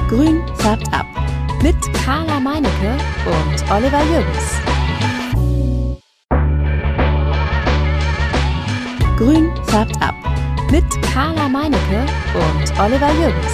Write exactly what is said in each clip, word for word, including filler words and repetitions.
Grün färbt ab. Mit Carla Meinecke und Oliver Jürgens. Grün färbt ab. Mit Carla Meinecke und Oliver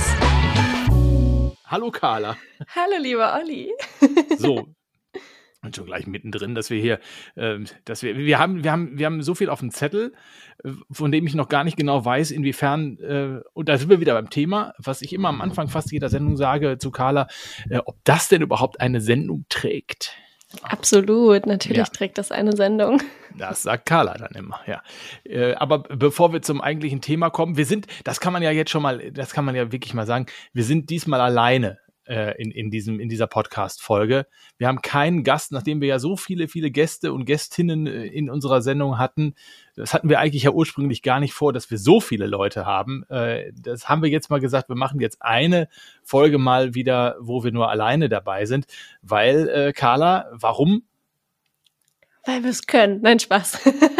Jürgens. Hallo Carla. Hallo lieber Olli. So. Und schon gleich mittendrin, dass wir hier, äh, dass wir, wir haben, wir haben, wir haben so viel auf dem Zettel, äh, von dem ich noch gar nicht genau weiß, inwiefern, äh, und da sind wir wieder beim Thema, was ich immer am Anfang fast jeder Sendung sage zu Carla, äh, ob das denn überhaupt eine Sendung trägt. Absolut, natürlich Ja. trägt das eine Sendung. Das sagt Carla dann immer, ja. Äh, aber bevor wir zum eigentlichen Thema kommen, wir sind, das kann man ja jetzt schon mal, das kann man ja wirklich mal sagen, wir sind diesmal alleine. In, in, diesem, in dieser Podcast-Folge. Wir haben keinen Gast, nachdem wir ja so viele, viele Gäste und Gästinnen in unserer Sendung hatten. Das hatten wir eigentlich ja ursprünglich gar nicht vor, dass wir so viele Leute haben. Das haben wir jetzt mal gesagt, wir machen jetzt eine Folge mal wieder, wo wir nur alleine dabei sind. Weil, äh, Carla, warum? Weil wir es können. Nein, Spaß.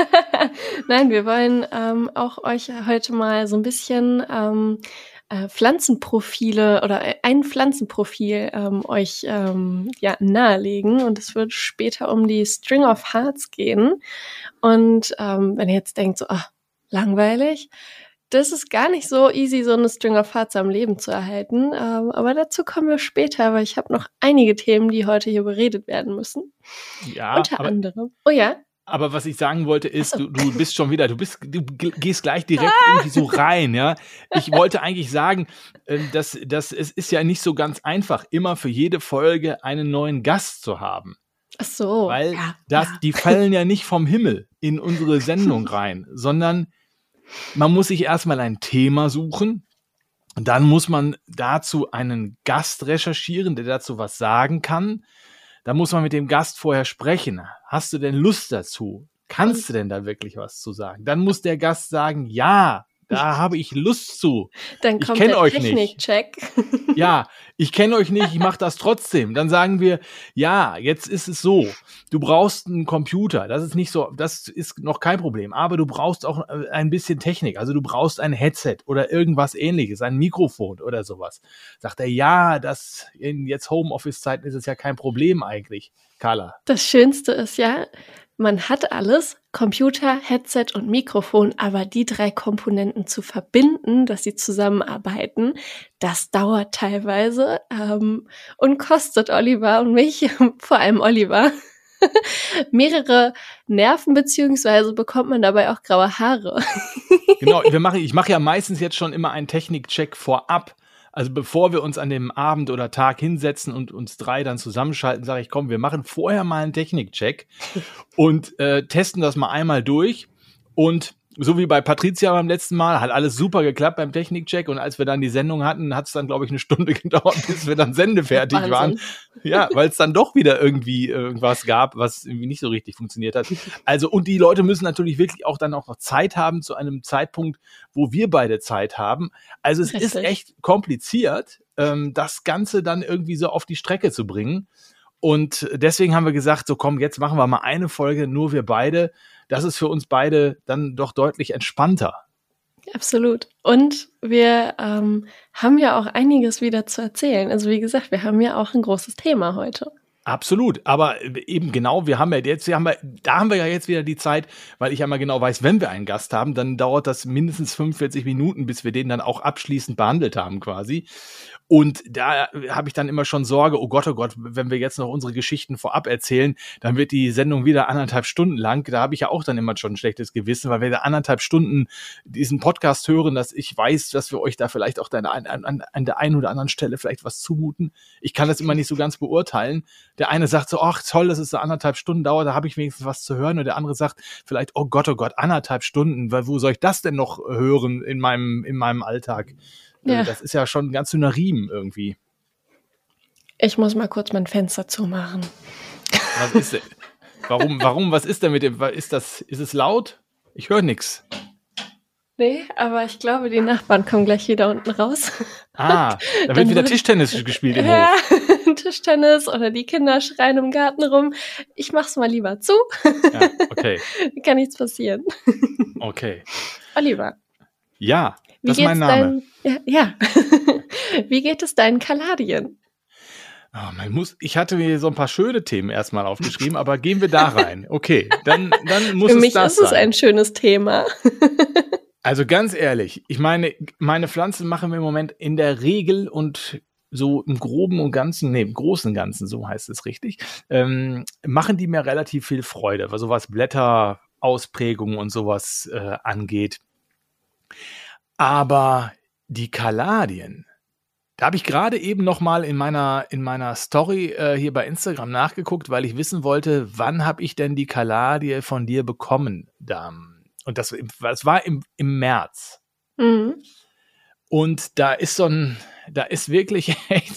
Nein, wir wollen ähm, auch euch heute mal so ein bisschen ähm, äh, Pflanzenprofile oder ein Pflanzenprofil ähm, euch ähm, ja, nahelegen. Und es wird später um die String of Hearts gehen. Und ähm, wenn ihr jetzt denkt, so, ach, langweilig, das ist gar nicht so easy, so eine String of Hearts am Leben zu erhalten. Ähm, aber dazu kommen wir später, weil ich habe noch einige Themen, die heute hier beredet werden müssen. Ja, Unter aber anderem. Oh ja? Aber was ich sagen wollte ist, So. du, du bist schon wieder, du bist, du g- gehst gleich direkt irgendwie so rein, ja. Ich wollte eigentlich sagen, äh, dass, dass es ist ja nicht so ganz einfach, immer für jede Folge einen neuen Gast zu haben. Ach so. Weil ja, das, ja. die fallen ja nicht vom Himmel in unsere Sendung rein, sondern man muss sich erstmal ein Thema suchen. Und dann muss man dazu einen Gast recherchieren, der dazu was sagen kann. Da muss man mit dem Gast vorher sprechen. Hast du denn Lust dazu? Kannst du denn da wirklich was zu sagen? Dann muss der Gast sagen, ja, da habe ich Lust zu. Dann ich kommt kenn der euch nicht. Technikcheck. Ja, ich kenne euch nicht, ich mache das trotzdem. Dann sagen wir, ja, jetzt ist es so, du brauchst einen Computer, das ist nicht so, das ist noch kein Problem, aber du brauchst auch ein bisschen Technik, also du brauchst ein Headset oder irgendwas ähnliches, ein Mikrofon oder sowas. Sagt er, ja, das in jetzt Homeoffice-Zeiten ist es ja kein Problem eigentlich, Carla. Das Schönste ist ja, man hat alles, Computer, Headset und Mikrofon, aber die drei Komponenten zu verbinden, dass sie zusammenarbeiten, das dauert teilweise ähm, und kostet Oliver und mich, vor allem Oliver, mehrere Nerven, beziehungsweise bekommt man dabei auch graue Haare. Genau, wir machen, ich mache ja meistens jetzt schon immer einen Technikcheck vorab. Also bevor wir uns an dem Abend oder Tag hinsetzen und uns drei dann zusammenschalten, sage ich, komm, wir machen vorher mal einen Technikcheck und äh, testen das mal einmal durch. Und so wie bei Patricia beim letzten Mal, hat alles super geklappt beim Technikcheck. Und als wir dann die Sendung hatten, hat es dann, glaube ich, eine Stunde gedauert, bis wir dann sendefertig Wahnsinn. waren. Ja, weil es dann doch wieder irgendwie irgendwas gab, was irgendwie nicht so richtig funktioniert hat. Also, und die Leute müssen natürlich wirklich auch dann auch noch Zeit haben zu einem Zeitpunkt, wo wir beide Zeit haben. Also es Richtig. ist echt kompliziert, ähm, das Ganze dann irgendwie so auf die Strecke zu bringen. Und deswegen haben wir gesagt, so komm, jetzt machen wir mal eine Folge, nur wir beide. Das ist für uns beide dann doch deutlich entspannter. Absolut. Und wir ähm, haben ja auch einiges wieder zu erzählen. Also wie gesagt, wir haben ja auch ein großes Thema heute. Absolut, aber eben genau, wir haben ja jetzt, wir haben ja, da haben wir ja jetzt wieder die Zeit, weil ich ja mal genau weiß, wenn wir einen Gast haben, dann dauert das mindestens fünfundvierzig Minuten, bis wir den dann auch abschließend behandelt haben quasi. Und da habe ich dann immer schon Sorge, oh Gott, oh Gott, wenn wir jetzt noch unsere Geschichten vorab erzählen, dann wird die Sendung wieder anderthalb Stunden lang. Da habe ich ja auch dann immer schon ein schlechtes Gewissen, weil wir da anderthalb Stunden diesen Podcast hören, dass ich weiß, dass wir euch da vielleicht auch an, an, an der einen oder anderen Stelle vielleicht was zumuten. Ich kann das immer nicht so ganz beurteilen. Der eine sagt so, ach toll, dass es so anderthalb Stunden dauert, da habe ich wenigstens was zu hören. Und der andere sagt vielleicht, oh Gott, oh Gott, anderthalb Stunden, weil wo soll ich das denn noch hören in meinem, in meinem Alltag? Ja. Das ist ja schon ganz schöner Riemen irgendwie. Ich muss mal kurz mein Fenster zumachen. Was ist denn? Warum, warum, was ist denn mit dem, ist das, ist es laut? Ich höre nichts. Nee, aber ich glaube, die Nachbarn kommen gleich wieder unten raus. Ah, da Dann wird wieder würde- Tischtennis gespielt im Ja, Hof. Tischtennis oder die Kinder schreien im Garten rum. Ich mach's mal lieber zu, Ja, okay, kann nichts passieren. okay. Oliver, Ja, wie das ist geht's mein Name. dein... Ja, ja. Wie geht es deinen Kaladien? Oh, man muss, ich hatte mir so ein paar schöne Themen erstmal aufgeschrieben, aber gehen wir da rein. Okay, dann, dann muss Für es mich das ist es sein. ein schönes Thema. Also ganz ehrlich, ich meine, meine Pflanzen machen wir im Moment in der Regel und so im Groben und Ganzen, nee, im Großen und Ganzen, so heißt es richtig, ähm, machen die mir relativ viel Freude, was sowas Blätterausprägungen und sowas äh, angeht. Aber die Kaladien, da habe ich gerade eben noch mal in meiner, in meiner Story äh, hier bei Instagram nachgeguckt, weil ich wissen wollte, wann habe ich denn die Kaladie von dir bekommen? Da, und das, das war im, im März. Mhm. Und da ist so ein, da ist wirklich echt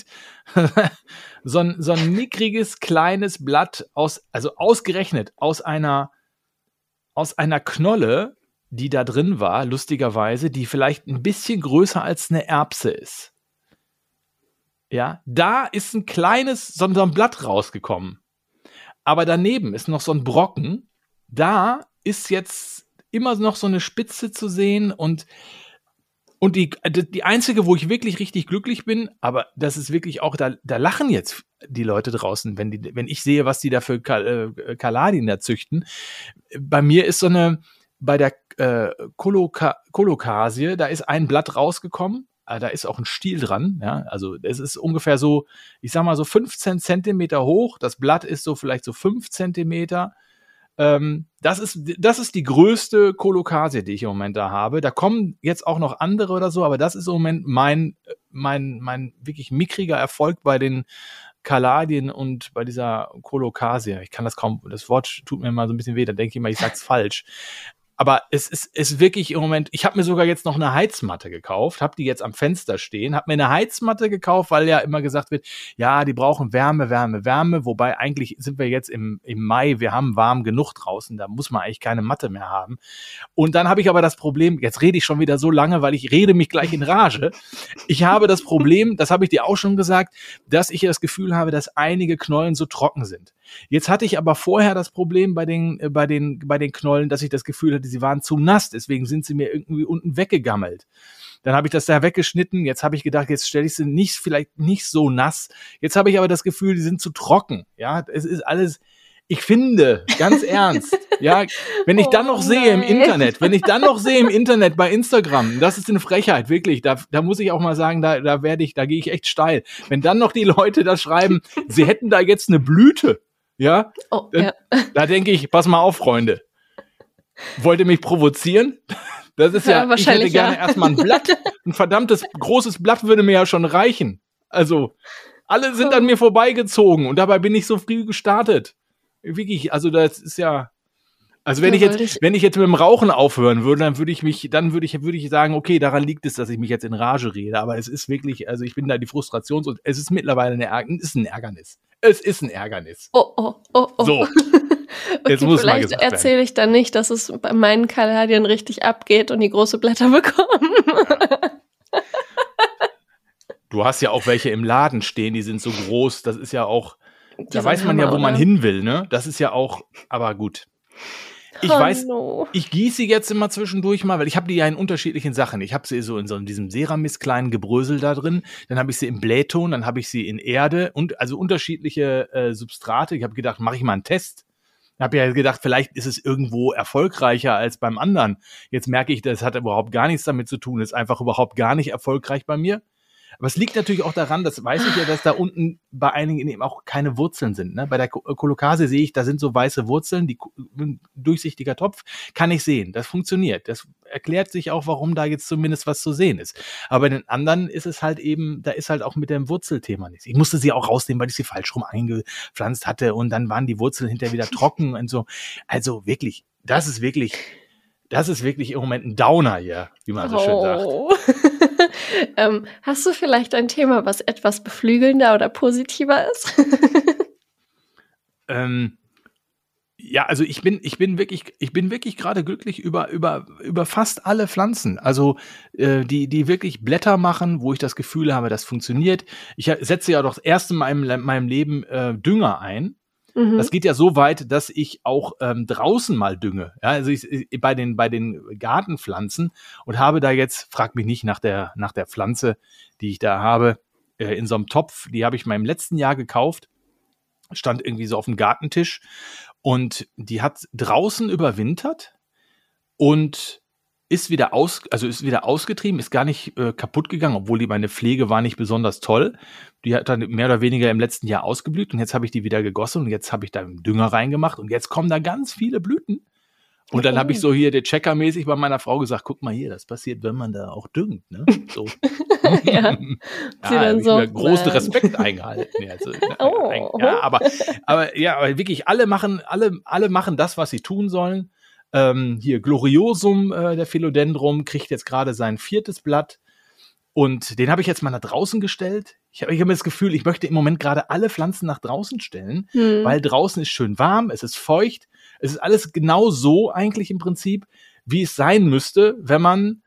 so ein, so ein mickriges, kleines Blatt aus, also ausgerechnet aus einer, aus einer Knolle, die da drin war, lustigerweise, die vielleicht ein bisschen größer als eine Erbse ist. Ja, da ist ein kleines, so ein Blatt rausgekommen. Aber daneben ist noch so ein Brocken. Da ist jetzt immer noch so eine Spitze zu sehen und, und die, die einzige, wo ich wirklich richtig glücklich bin, aber das ist wirklich auch, da, da lachen jetzt die Leute draußen, wenn die, wenn ich sehe, was die da für Kal- äh, Kaladien da züchten. Bei mir ist so eine, bei der äh, Coloca- Colocasie, da ist ein Blatt rausgekommen. Da ist auch ein Stiel dran, ja, also es ist ungefähr so, ich sag mal so fünfzehn Zentimeter hoch, das Blatt ist so vielleicht so fünf Zentimeter, ähm, das ist, das ist die größte Colocasie, die ich im Moment da habe, da kommen jetzt auch noch andere oder so, aber das ist im Moment mein, mein, mein wirklich mickriger Erfolg bei den Kaladien und bei dieser Colocasie. Ich kann das kaum, das Wort tut mir mal so ein bisschen weh, da denke ich mal, ich sag's falsch. Aber es ist, ist wirklich im Moment, ich habe mir sogar jetzt noch eine Heizmatte gekauft, habe die jetzt am Fenster stehen, habe mir eine Heizmatte gekauft, weil ja immer gesagt wird, ja, die brauchen Wärme, Wärme, Wärme, wobei eigentlich sind wir jetzt im, im Mai, wir haben warm genug draußen, da muss man eigentlich keine Matte mehr haben. Und dann habe ich aber das Problem, jetzt rede ich schon wieder so lange, weil ich rede mich gleich in Rage. Ich habe das Problem, das habe ich dir auch schon gesagt, dass ich das Gefühl habe, dass einige Knollen so trocken sind. Jetzt hatte ich aber vorher das Problem bei den, äh, bei den, bei den Knollen, dass ich das Gefühl hatte, sie waren zu nass, deswegen sind sie mir irgendwie unten weggegammelt. Dann habe ich das da weggeschnitten, jetzt habe ich gedacht, jetzt stelle ich sie nicht, vielleicht nicht so nass. Jetzt habe ich aber das Gefühl, die sind zu trocken. Ja, es ist alles, ich finde, ganz ernst, ja, wenn ich dann noch Oh sehe im nein. Internet, wenn ich dann noch sehe im Internet bei Instagram, das ist eine Frechheit, wirklich, da, da muss ich auch mal sagen, da, da werde ich, da gehe ich echt steil. Wenn dann noch die Leute da schreiben, sie hätten da jetzt eine Blüte, ja, Oh, dann, ja. da denke ich, pass mal auf, Freunde. Wollt ihr mich provozieren? Das ist Ja, ja, ich hätte wahrscheinlich gerne ja. erstmal ein Blatt. Ein verdammtes großes Blatt würde mir ja schon reichen. Also, alle sind an mir vorbeigezogen und dabei bin ich so früh gestartet. Wirklich, also das ist ja, also wenn Ja, ich jetzt, wollte ich- wenn ich jetzt mit dem Rauchen aufhören würde, dann würde ich mich, dann würde ich, würde ich sagen, okay, daran liegt es, dass ich mich jetzt in Rage rede. Aber es ist wirklich, also ich bin da die Frustrations- und es ist mittlerweile eine Ärger- ist ein Ärgernis. Es ist ein Ärgernis. Oh, oh, oh, oh. So. Okay, Jetzt muss mal vielleicht gesagt werden. erzähle ich dann nicht, dass es bei meinen Kaladien richtig abgeht und die große Blätter bekommen. Du hast ja auch welche im Laden stehen, die sind so groß, das ist ja auch, Die da sind weiß man ja, Hammer, wo man oder? hin will, ne? Das ist ja auch, aber gut. Ich Oh weiß, no. ich gieße sie jetzt immer zwischendurch mal, weil ich habe die ja in unterschiedlichen Sachen. Ich habe sie so in so diesem Ceramis kleinen Gebrösel da drin, dann habe ich sie im Blähton, dann habe ich sie in Erde und also unterschiedliche äh, Substrate. Ich habe gedacht, mache ich mal einen Test. Ich habe ja gedacht, vielleicht ist es irgendwo erfolgreicher als beim anderen. Jetzt merke ich, das hat überhaupt gar nichts damit zu tun, ist einfach überhaupt gar nicht erfolgreich bei mir. Aber es liegt natürlich auch daran, das weiß ich ja, dass da unten bei einigen eben auch keine Wurzeln sind. Ne? Bei der Colocasie sehe ich, da sind so weiße Wurzeln, die ein durchsichtiger Topf, kann ich sehen. Das funktioniert. Das erklärt sich auch, warum da jetzt zumindest was zu sehen ist. Aber bei den anderen ist es halt eben, da ist halt auch mit dem Wurzelthema nichts. Ich musste sie auch rausnehmen, weil ich sie falsch rum eingepflanzt hatte und dann waren die Wurzeln hinterher wieder trocken und so. Also wirklich, das ist wirklich, das ist wirklich im Moment ein Downer hier, wie man so schön sagt. Oh. ähm, hast du vielleicht ein Thema, was etwas beflügelnder oder positiver ist? Ähm, ja, also ich bin, ich bin wirklich, ich bin wirklich gerade glücklich über, über, über fast alle Pflanzen. Also äh, die, die wirklich Blätter machen, wo ich das Gefühl habe, das funktioniert. Ich setze ja doch das erste Mal in meinem, meinem Leben äh, Dünger ein. Mhm. Das geht ja so weit, dass ich auch ähm, draußen mal dünge. Ja, also ich, ich, bei den bei den Gartenpflanzen und habe da jetzt, frag mich nicht nach der nach der Pflanze, die ich da habe, äh, in so einem Topf. Die habe ich mal im letzten Jahr gekauft. Stand irgendwie so auf dem Gartentisch und die hat draußen überwintert und ist wieder aus, also ist wieder ausgetrieben, ist gar nicht äh, kaputt gegangen, obwohl die meine Pflege war nicht besonders toll. Die hat dann mehr oder weniger im letzten Jahr ausgeblüht und jetzt habe ich die wieder gegossen und jetzt habe ich da Dünger reingemacht und jetzt kommen da ganz viele Blüten. Und dann habe ich so hier der Checker-mäßig bei meiner Frau gesagt, guck mal hier, das passiert, wenn man da auch düngt, ne? So. Ja. Ja, Sie dann hab ich so, mir großen nein. Respekt eingehalten. Ja, also, Oh. ein- ja, aber, aber ja, aber wirklich alle machen, alle, alle machen das, was sie tun sollen. Ähm, hier Gloriosum, äh, der Philodendron, kriegt jetzt gerade sein viertes Blatt und den habe ich jetzt mal nach draußen gestellt. Ich habe ich hab mir das Gefühl, ich möchte im Moment gerade alle Pflanzen nach draußen stellen, Hm. weil draußen ist schön warm, es ist feucht, es ist alles genau so eigentlich im Prinzip, wie es sein müsste, wenn man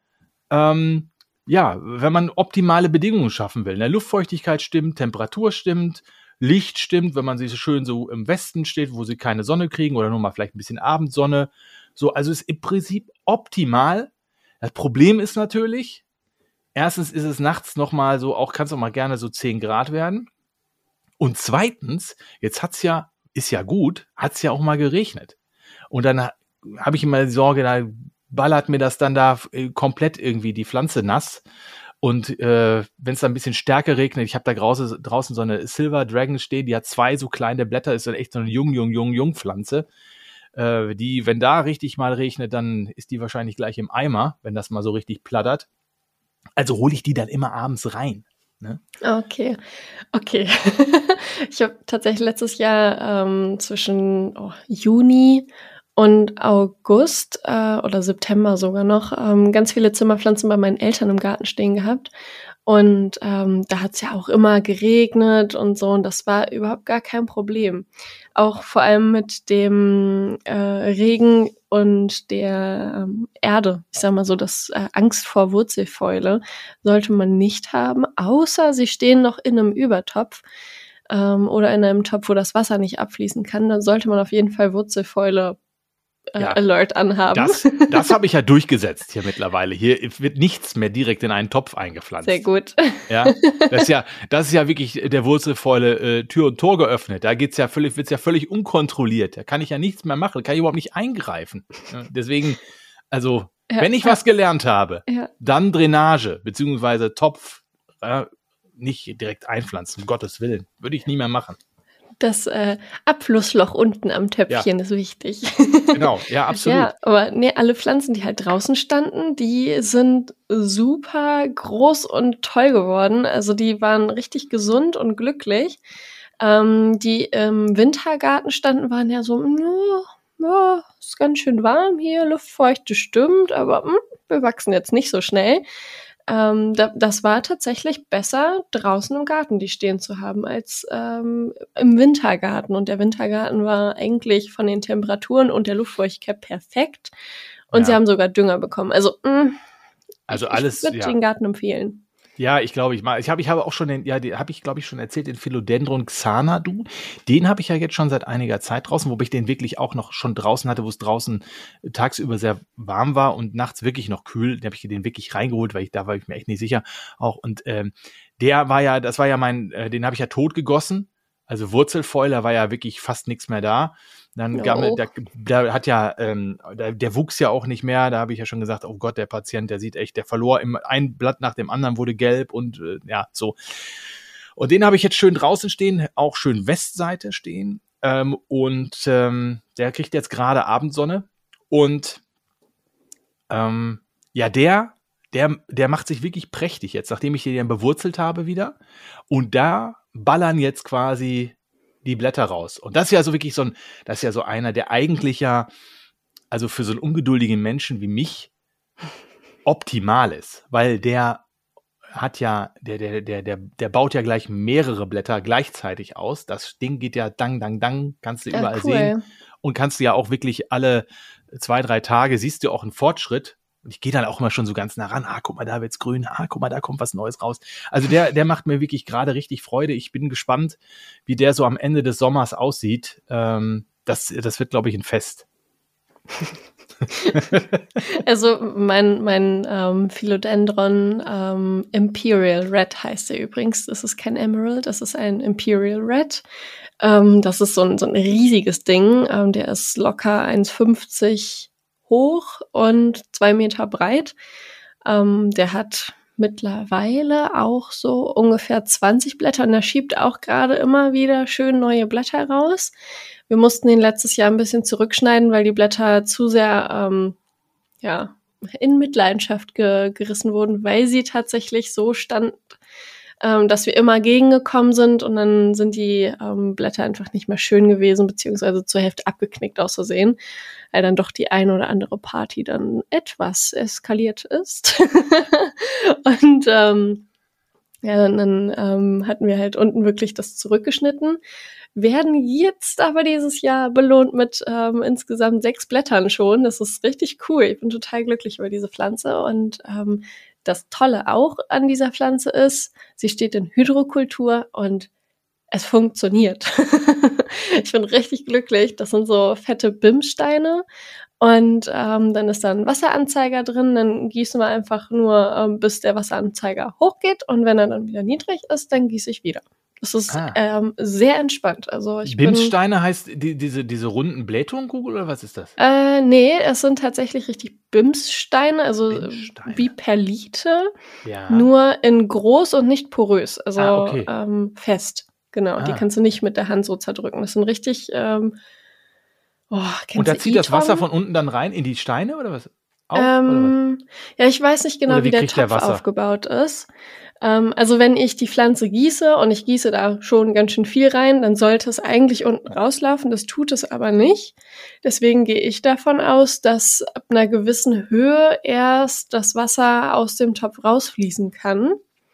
ähm, ja, wenn man optimale Bedingungen schaffen will. Ne? Luftfeuchtigkeit stimmt, Temperatur stimmt, Licht stimmt, wenn man sie so schön so im Westen steht, wo sie keine Sonne kriegen oder nur mal vielleicht ein bisschen Abendsonne. So, also ist im Prinzip optimal. Das Problem ist natürlich, erstens ist es nachts noch mal so, auch kann es auch mal gerne so zehn Grad werden. Und zweitens, jetzt hat's ja, ist ja gut, hat's ja auch mal geregnet. Und dann ha- habe ich immer die Sorge, da ballert mir das dann da äh, komplett irgendwie die Pflanze nass. Und äh, wenn es dann ein bisschen stärker regnet, ich habe da draußen, draußen so eine Silver Dragon stehen, die hat zwei so kleine Blätter, ist dann echt so eine jung, jung, jung, jung Pflanze. Äh, die, wenn da richtig mal regnet, dann ist die wahrscheinlich gleich im Eimer, wenn das mal so richtig plattert. Also hole ich die dann immer abends rein. Ne? Okay, okay. Ich habe tatsächlich letztes Jahr ähm, zwischen oh, Juni und August äh, oder September sogar noch ähm, ganz viele Zimmerpflanzen bei meinen Eltern im Garten stehen gehabt. Und ähm, da hat es ja auch immer geregnet und so. Und das war überhaupt gar kein Problem. Auch vor allem mit dem äh, Regen und der ähm, Erde. Ich sag mal so, das äh, Angst vor Wurzelfäule sollte man nicht haben, außer sie stehen noch in einem Übertopf ähm, oder in einem Topf, wo das Wasser nicht abfließen kann. Dann sollte man auf jeden Fall Wurzelfäule äh, Ja. Alert anhaben. Das, das habe ich ja durchgesetzt hier mittlerweile. Hier wird nichts mehr direkt in einen Topf eingepflanzt. Sehr gut. Ja, das ist ja, das ist ja wirklich der Wurzelfäule äh, Tür und Tor geöffnet. Da geht's ja völlig, wird's ja völlig unkontrolliert. Da kann ich ja nichts mehr machen, kann ich überhaupt nicht eingreifen. Ja, deswegen, also, Ja, wenn ich ja. was gelernt habe, Ja. dann Drainage, beziehungsweise Topf, äh, nicht direkt einpflanzen, um Gottes Willen. Würde ich nie mehr machen. Das äh, Abflussloch unten am Töpfchen ist wichtig. Genau, ja, absolut. Ja, aber nee, alle Pflanzen, die halt draußen standen, die sind super groß und toll geworden. Also die waren richtig gesund und glücklich. Ähm, die im Wintergarten standen, waren ja so, ja, ja, ist ganz schön warm hier, Luftfeuchte stimmt, aber mh, wir wachsen jetzt nicht so schnell. Ähm, da, das war tatsächlich besser, draußen im Garten die stehen zu haben, als ähm, im Wintergarten. Und der Wintergarten war eigentlich von den Temperaturen und der Luftfeuchtigkeit perfekt. Und Ja. sie haben sogar Dünger bekommen. Also, mh, Also ich, alles, ich würde ja. den Garten empfehlen. Ja, ich glaube, ich mal, ich habe ich habe auch schon den, ja, den habe ich glaube ich schon erzählt, den Philodendron Xanadu. Den habe ich ja jetzt schon seit einiger Zeit draußen, wobei ich den wirklich auch noch schon draußen hatte, wo es draußen tagsüber sehr warm war und nachts wirklich noch kühl. Da habe ich den wirklich reingeholt, weil ich da war ich mir echt nicht sicher auch. Und ähm, der war ja, das war ja mein, äh, den habe ich ja tot gegossen. Also Wurzelfäule, da war ja wirklich fast nichts mehr da. Dann No. gammelt, der, der hat ja, ähm, der, der wuchs ja auch nicht mehr. Da habe ich ja schon gesagt, oh Gott, der Patient, der sieht echt, der verlor im, ein Blatt nach dem anderen, wurde gelb und äh, ja, so. Und den habe ich jetzt schön draußen stehen, auch schön Westseite stehen. Ähm, und ähm, der kriegt jetzt gerade Abendsonne. Und ähm, ja, der, der, der macht sich wirklich prächtig jetzt, nachdem ich den bewurzelt habe wieder. Und da ballern jetzt quasi die Blätter raus. Und das ist ja so wirklich so ein, das ist ja so einer, der eigentlich ja, also für so einen ungeduldigen Menschen wie mich, optimal ist. Weil der hat ja, der, der, der, der, der baut ja gleich mehrere Blätter gleichzeitig aus. Das Ding geht ja dang, dang, dang, kannst du Ja, überall cool. sehen. Und kannst du ja auch wirklich alle zwei, drei Tage siehst du auch einen Fortschritt. Und ich gehe dann auch immer schon so ganz nah ran. Ah, guck mal, da wird's grün. Ah, guck mal, da kommt was Neues raus. Also der, der macht mir wirklich gerade richtig Freude. Ich bin gespannt, wie der so am Ende des Sommers aussieht. Ähm, das, das wird, glaube ich, ein Fest. Also mein, mein ähm, Philodendron ähm, Imperial Red heißt er übrigens. Das ist kein Emerald, das ist ein Imperial Red. Ähm, das ist so ein, so ein riesiges Ding. Ähm, der ist locker eins Komma fünfzig hoch und zwei Meter breit. Ähm, der hat mittlerweile auch so ungefähr zwanzig Blätter und der schiebt auch gerade immer wieder schön neue Blätter raus. Wir mussten ihn letztes Jahr ein bisschen zurückschneiden, weil die Blätter zu sehr ähm, ja, in Mitleidenschaft ge- gerissen wurden, weil sie tatsächlich so stand, ähm, dass wir immer gegengekommen sind und dann sind die ähm, Blätter einfach nicht mehr schön gewesen, beziehungsweise zur Hälfte abgeknickt aus Versehen, weil dann doch die eine oder andere Party dann etwas eskaliert ist. Und ähm, ja, dann, dann ähm, hatten wir halt unten wirklich das zurückgeschnitten, werden jetzt aber dieses Jahr belohnt mit ähm, insgesamt sechs Blättern schon. Das ist richtig cool. Ich bin total glücklich über diese Pflanze und ähm, das Tolle auch an dieser Pflanze ist, sie steht in Hydrokultur und es funktioniert. Ich bin richtig glücklich. Das sind so fette Bimssteine und ähm, dann ist da ein Wasseranzeiger drin. Dann gießen wir einfach nur, ähm, bis der Wasseranzeiger hochgeht und wenn er dann wieder niedrig ist, dann gieße ich wieder. Das ist Ah. ähm, sehr entspannt. Also ich bin, Bimssteine heißt die, diese, diese runden Blähtonkugeln oder was ist das? äh, nee, es sind tatsächlich richtig Bimssteine, also Bimssteine. wie Perlite, Ja. nur in groß und nicht porös, also Ah, okay. ähm, fest. Genau, die Ah. kannst du nicht mit der Hand so zerdrücken. Das sind richtig, ähm, oh, kennst Und da du zieht das E-Tron? Wasser von unten dann rein in die Steine oder was? Auch, oder was? Ähm, ja, ich weiß nicht genau, Oder wie wie der kriegt der Topf Wasser? aufgebaut ist. Ähm, also wenn ich die Pflanze gieße und ich gieße da schon ganz schön viel rein, dann sollte es eigentlich unten rauslaufen. Das tut es aber nicht. Deswegen gehe ich davon aus, dass ab einer gewissen Höhe erst das Wasser aus dem Topf rausfließen kann.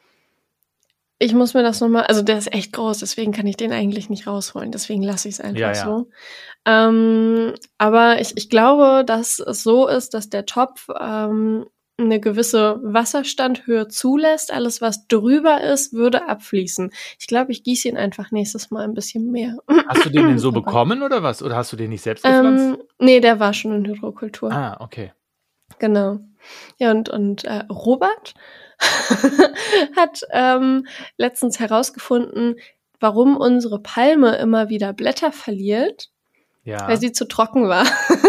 Ich muss mir das nochmal, also der ist echt groß, deswegen kann ich den eigentlich nicht rausholen. Deswegen lasse ich es einfach Ja, ja. so. Ähm, aber ich, ich glaube, dass es so ist, dass der Topf ähm, eine gewisse Wasserstandhöhe zulässt. Alles, was drüber ist, würde abfließen. Ich glaube, ich gieße ihn einfach nächstes Mal ein bisschen mehr. Hast du den denn so Aber- bekommen oder was? Oder hast du den nicht selbst gepflanzt? Ähm, nee, der war schon in Hydrokultur. Ah, okay. Genau. Ja, und, und äh, Robert hat ähm, letztens herausgefunden, warum unsere Palme immer wieder Blätter verliert, Ja. weil sie zu trocken war.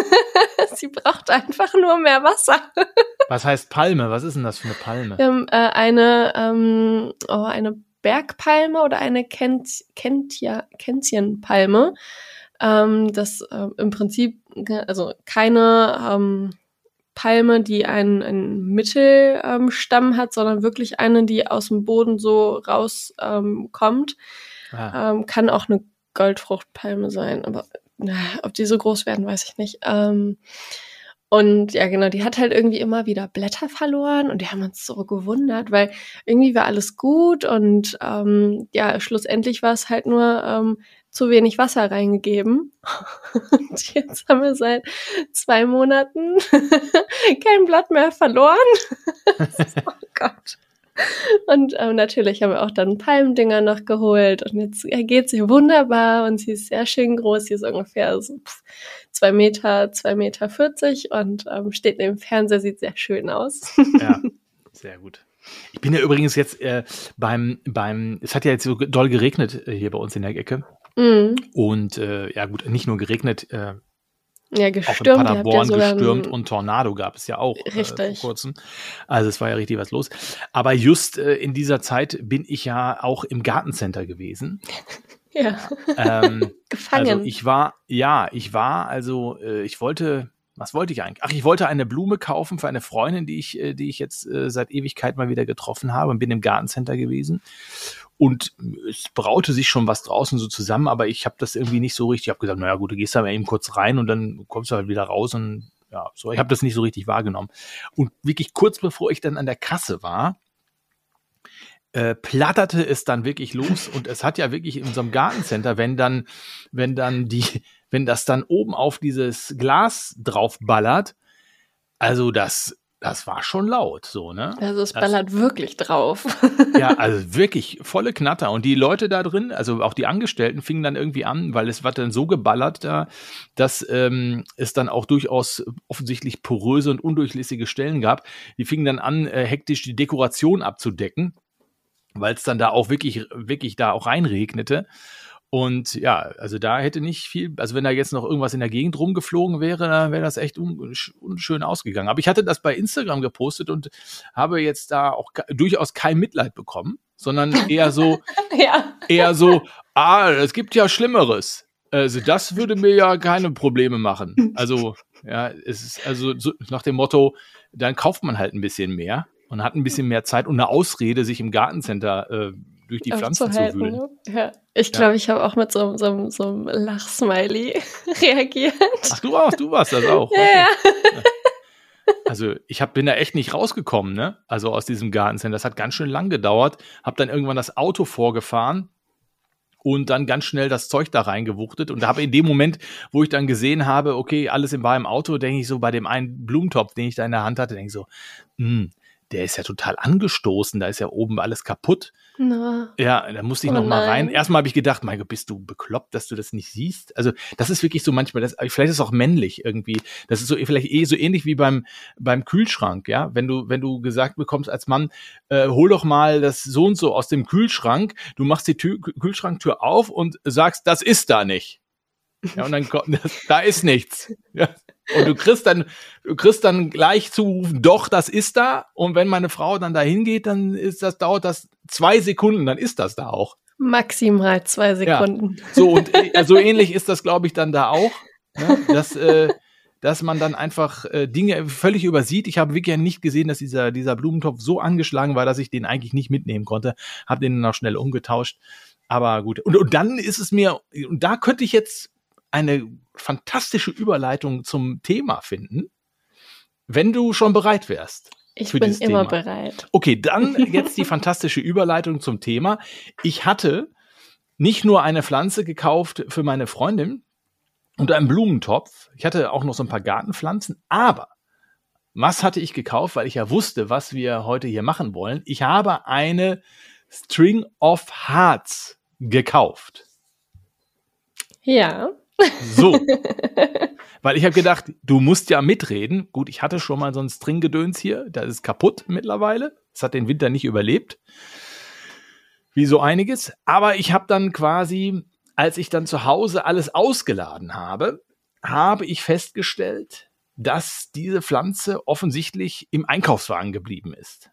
Sie braucht einfach nur mehr Wasser. Was heißt Palme? Was ist denn das für eine Palme? Wir haben äh, eine, ähm, oh, eine Bergpalme oder eine Kent Kentia Kentienpalme. Ähm, das äh, im Prinzip, also keine ähm, Palme, die einen, einen Mittelstamm ähm, hat, sondern wirklich eine, die aus dem Boden so rauskommt. Ähm, kommt. Ah. ähm, kann auch eine Goldfruchtpalme sein, aber na, ob die so groß werden, weiß ich nicht. Ähm, und ja, genau, die hat halt irgendwie immer wieder Blätter verloren und die haben uns so gewundert, weil irgendwie war alles gut und ähm, ja, schlussendlich war es halt nur ähm, zu wenig Wasser reingegeben. Und jetzt haben wir seit zwei Monaten kein Blatt mehr verloren. Oh Gott. Und ähm, natürlich haben wir auch dann Palmdinger noch geholt und jetzt geht sie wunderbar und sie ist sehr schön groß. Sie ist ungefähr so pff, zwei Meter, zwei Meter vierzig und ähm, steht neben dem Fernseher, sieht sehr schön aus. Ja, sehr gut. Ich bin ja übrigens jetzt äh, beim, beim, es hat ja jetzt so doll geregnet äh, hier bei uns in der Ecke. Mhm. Und äh, ja gut, nicht nur geregnet, äh, Ja, auch in gestürmt. Ihr habt ja Paderborn sogar gestürmt ein- und Tornado gab es ja auch äh, vor Richtig. kurzem. Also es war ja richtig was los. Aber just äh, in dieser Zeit bin ich ja auch im Gartencenter gewesen. ja. Ähm, Gefangen. Also ich war, ja, ich war, also äh, ich wollte, was wollte ich eigentlich? Ach, ich wollte eine Blume kaufen für eine Freundin, die ich, äh, die ich jetzt äh, seit Ewigkeit mal wieder getroffen habe und bin im Gartencenter gewesen. Und es braute sich schon was draußen so zusammen, aber ich habe das irgendwie nicht so richtig, ich habe gesagt, naja gut, du gehst da mal eben kurz rein und dann kommst du halt wieder raus und ja, so, ich habe das nicht so richtig wahrgenommen. Und wirklich kurz bevor ich dann an der Kasse war, äh, platterte es dann wirklich los und es hat ja wirklich in unserem Gartencenter, wenn dann, wenn dann die, wenn das dann oben auf dieses Glas drauf ballert, also das, das war schon laut, so, ne? Also es Das- ballert wirklich drauf. Ja, also wirklich volle Knatter. Und die Leute da drin, also auch die Angestellten, fingen dann irgendwie an, weil es war dann so geballert da, dass ähm, es dann auch durchaus offensichtlich poröse und undurchlässige Stellen gab. Die fingen dann an, äh, hektisch die Dekoration abzudecken, weil es dann da auch wirklich, wirklich da auch reinregnete. Und ja, also da hätte nicht viel, also wenn da jetzt noch irgendwas in der Gegend rumgeflogen wäre, dann wäre das echt un, unschön ausgegangen. Aber ich hatte das bei Instagram gepostet und habe jetzt da auch ke- durchaus kein Mitleid bekommen, sondern eher so, Ja. eher so, ah, es gibt ja Schlimmeres. Also das würde mir ja keine Probleme machen. Also, ja, es ist also so nach dem Motto, dann kauft man halt ein bisschen mehr und hat ein bisschen mehr Zeit und eine Ausrede, sich im Gartencenter äh, durch die Pflanzen zu Aufzuhalten, wühlen. ne? Ja. Ich glaube, ich habe auch mit so, so, so einem Lachsmiley reagiert. Ach, du auch, du warst das auch. Ja, Okay. ja. Also ich hab, bin da echt nicht rausgekommen, ne? Also aus diesem Gartencenter. Das hat ganz schön lang gedauert. Hab dann irgendwann das Auto vorgefahren und dann ganz schnell das Zeug da reingewuchtet. Und da habe in dem Moment, wo ich dann gesehen habe, okay, alles im- war im Auto, denke ich so, bei dem einen Blumentopf, den ich da in der Hand hatte, denke ich so, hm, der ist ja total angestoßen, da ist ja oben alles kaputt. Na, Ja, da musste ich Oh noch mal rein. nein. Erstmal habe ich gedacht, mein Gott, bist du bekloppt, dass du das nicht siehst? Also das ist wirklich so manchmal, das, vielleicht ist es auch männlich irgendwie. Das ist so vielleicht eh so ähnlich wie beim beim Kühlschrank, ja. Wenn du wenn du gesagt bekommst als Mann, äh, hol doch mal das so und so aus dem Kühlschrank. Du machst die Tür, Kühlschranktür auf und sagst, das ist da nicht. Ja, und dann kommt das, da ist nichts. Ja. Und du kriegst dann, du kriegst dann gleich zurufen, doch, das ist da. Und wenn meine Frau dann da hingeht, dann ist das, dauert das zwei Sekunden, dann ist das da auch. maximal zwei Sekunden. So, und äh, so ähnlich ist das, glaube ich, dann da auch. Ne? Dass, äh, dass man dann einfach äh, Dinge völlig übersieht. Ich habe wirklich nicht gesehen, dass dieser, dieser Blumentopf so angeschlagen war, dass ich den eigentlich nicht mitnehmen konnte. Habe den dann auch schnell umgetauscht. Aber gut. Und, und dann ist es mir, und da könnte ich jetzt eine fantastische Überleitung zum Thema finden, wenn du schon bereit wärst. Ich für bin dieses immer Thema. bereit. Okay, dann jetzt die fantastische Überleitung zum Thema. Ich hatte nicht nur eine Pflanze gekauft für meine Freundin und einen Blumentopf. Ich hatte auch noch so ein paar Gartenpflanzen, aber was hatte ich gekauft, weil ich ja wusste, was wir heute hier machen wollen? Ich habe eine String of Hearts gekauft. Ja. So. Weil ich habe gedacht, du musst ja mitreden. Gut, ich hatte schon mal so ein Stringgedöns hier. Das ist kaputt mittlerweile. Es hat den Winter nicht überlebt. Wie so einiges. Aber ich habe dann quasi, als ich dann zu Hause alles ausgeladen habe, habe ich festgestellt, dass diese Pflanze offensichtlich im Einkaufswagen geblieben ist.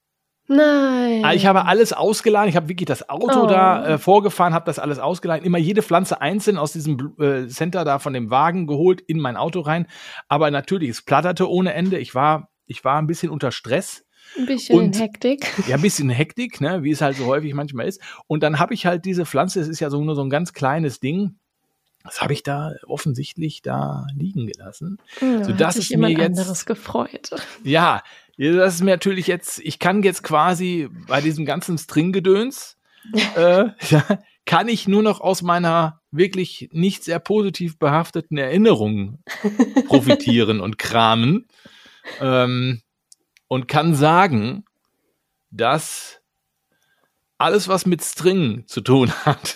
Nein. Also ich habe alles ausgeladen, ich habe wirklich das Auto Oh. da äh, vorgefahren, habe das alles ausgeladen, immer jede Pflanze einzeln aus diesem äh, Center da von dem Wagen geholt, in mein Auto rein. Aber natürlich, es platterte ohne Ende. Ich war, ich war ein bisschen unter Stress. Ein bisschen und- in Hektik. Ja, ein bisschen Hektik, ne, wie es halt so häufig manchmal ist. Und dann habe ich halt diese Pflanze, es ist ja so nur so ein ganz kleines Ding, das habe ich da offensichtlich da liegen gelassen. Ja, So, hat das sich ist jemand mir jetzt- anderes gefreut. Ja, das ist mir natürlich jetzt, ich kann jetzt quasi bei diesem ganzen Stringgedöns, äh, ja, kann ich nur noch aus meiner wirklich nicht sehr positiv behafteten Erinnerung profitieren und kramen. Ähm, und kann sagen, dass alles, was mit String zu tun hat,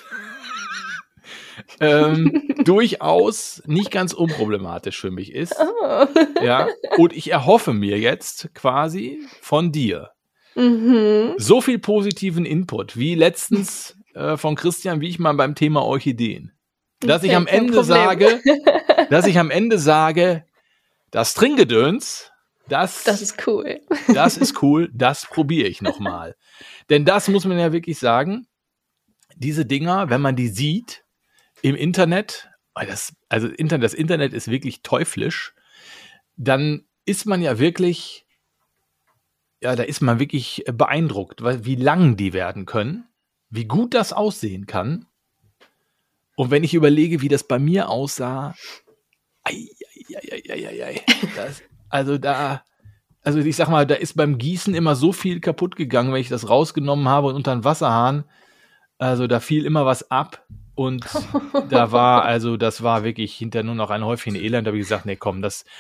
ähm, durchaus nicht ganz unproblematisch für mich ist. Oh. Ja, und ich erhoffe mir jetzt quasi von dir Mhm. so viel positiven Input wie letztens äh, von Christian Wiechmann beim Thema Orchideen, dass ich Okay, am kein Ende Problem. sage, dass ich am Ende sage, das Stringgedöns, das, Das ist cool. das ist cool, das probiere ich nochmal. Denn das muss man ja wirklich sagen, diese Dinger, wenn man die sieht im Internet, weil das, also Internet, das Internet ist wirklich teuflisch, dann ist man ja wirklich, ja, da ist man wirklich beeindruckt, weil, wie lang die werden können, wie gut das aussehen kann. Und wenn ich überlege, wie das bei mir aussah, ei, ei, ei, ei, ei, ei, das, also da, also ich sag mal, da ist beim Gießen immer so viel kaputt gegangen, wenn ich das rausgenommen habe und unter den Wasserhahn, also da fiel immer was ab und da war, also das war wirklich hinter nur noch ein Häufchen Elend, da habe ich gesagt, nee, komm, das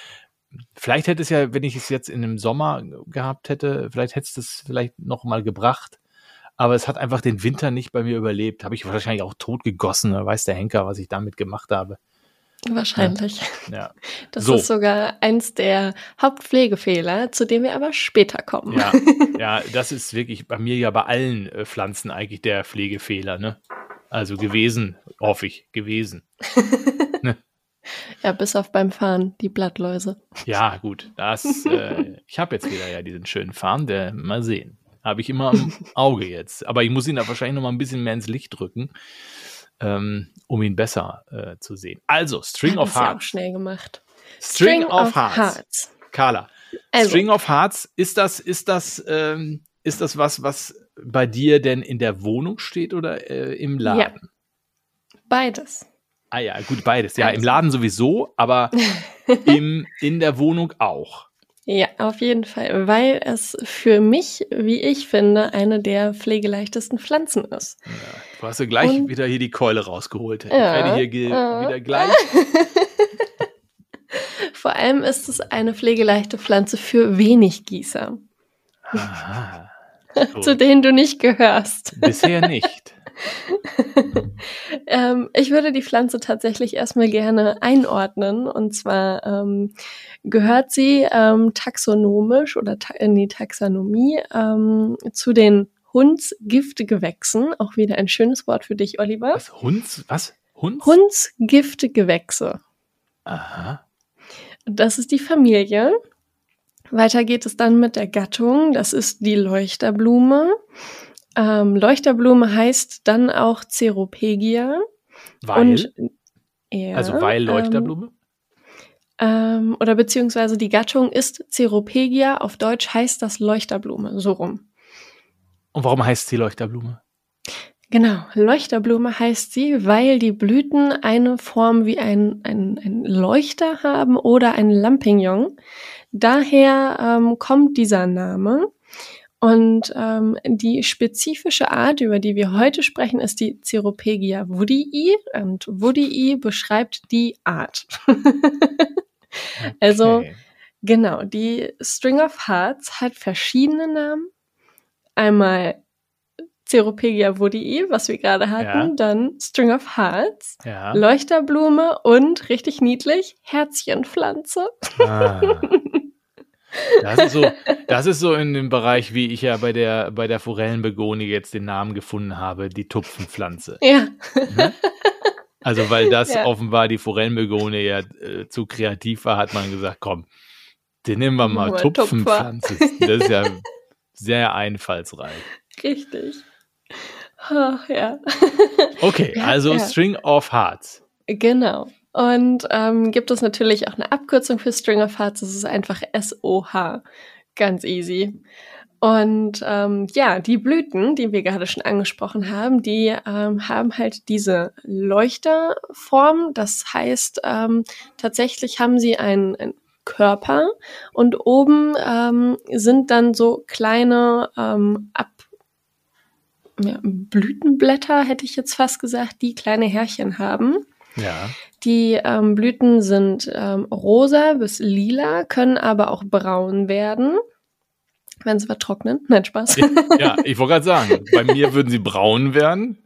vielleicht hätte es ja, wenn ich es jetzt in einem Sommer gehabt hätte, vielleicht hätte es das vielleicht noch mal gebracht. Aber es hat einfach den Winter nicht bei mir überlebt. Habe ich wahrscheinlich auch tot gegossen. Da weiß der Henker, was ich damit gemacht habe. Wahrscheinlich. Ja. Ja. Das So. ist sogar eins der Hauptpflegefehler, zu dem wir aber später kommen. Ja, ja, das ist wirklich bei mir ja bei allen äh, Pflanzen eigentlich der Pflegefehler, ne? Also gewesen, hoffe ich, gewesen. Ne? Ja, bis auf beim Fahren, die Blattläuse. Ja, gut. Das, äh, ich habe jetzt wieder ja diesen schönen Farn, der mal sehen. Habe ich immer im Auge jetzt. Aber ich muss ihn da wahrscheinlich noch mal ein bisschen mehr ins Licht drücken, ähm, um ihn besser äh, zu sehen. Also, String Ja, of das ist ja auch Hearts. schnell gemacht. String, of, Hearts. Carla, Also, String of Hearts, ist das, ist das, ähm, ist das was, was bei dir denn in der Wohnung steht oder äh, im Laden? Ja. Beides. Ah ja, gut, beides. Ja, im Also. Laden sowieso, aber im, in der Wohnung auch. Ja, auf jeden Fall, weil es für mich, wie ich finde, eine der pflegeleichtesten Pflanzen ist. Ja, du hast ja gleich Und- wieder hier die Keule rausgeholt. Ich Ja, werde hier ge- ja. wieder gleich. Vor allem ist es eine pflegeleichte Pflanze für Weniggießer, Aha. zu So, denen du nicht gehörst. bisher nicht. Ähm, ich würde die Pflanze tatsächlich erstmal gerne einordnen. Und zwar ähm, gehört sie ähm, taxonomisch oder ta in die Taxonomie ähm, zu den Hundsgiftgewächsen. Auch wieder ein schönes Wort für dich, Oliver. Was? Hunds? Was? Hunds? Hundsgiftgewächse. Aha. Das ist die Familie. Weiter geht es dann mit der Gattung. Das ist die Leuchterblume. Ähm, Leuchterblume heißt dann auch Ceropegia. Weil? Und, ja, also weil Leuchterblume? Ähm, oder beziehungsweise die Gattung ist Ceropegia. Auf Deutsch heißt das Leuchterblume. So rum. Und warum heißt sie Leuchterblume? Genau, Leuchterblume heißt sie, weil die Blüten eine Form wie ein, ein, ein Leuchter haben oder ein Lampignon. Daher ähm, kommt dieser Name. Und ähm, die spezifische Art, über die wir heute sprechen, ist die Ceropegia woodii. Und woodii beschreibt die Art. Also, Okay. genau, die String of Hearts hat verschiedene Namen. Einmal Ceropegia woodii, was wir gerade hatten, Ja. dann String of Hearts, Ja. Leuchterblume und, richtig niedlich, Herzchenpflanze. Ah. Das ist so, das ist so in dem Bereich, wie ich ja bei der, bei der Forellenbegonie jetzt den Namen gefunden habe, die Tupfenpflanze. Ja, Also, weil das Ja. offenbar die Forellenbegonie ja äh, zu kreativ war, hat man gesagt, komm, den nehmen wir mal Mal Tupfenpflanze. Das ist ja sehr einfallsreich. richtig. Ach, ja. Okay, Ja, also ja. String of Hearts. Genau. Und ähm, gibt es natürlich auch eine Abkürzung für String of Hearts, das ist einfach S O H. Ganz easy. Und ähm, ja, die Blüten, die wir gerade schon angesprochen haben, die ähm, haben halt diese Leuchterform. Das heißt, ähm, tatsächlich haben sie einen, einen Körper und oben ähm, sind dann so kleine ähm, Ab ja, Blütenblätter, hätte ich jetzt fast gesagt, die kleine Härchen haben. Ja. Die ähm, Blüten sind ähm, rosa bis lila, können aber auch braun werden, wenn sie vertrocknen. Nein, Spaß. Ja, ja, ich wollte gerade sagen, bei mir würden sie braun werden.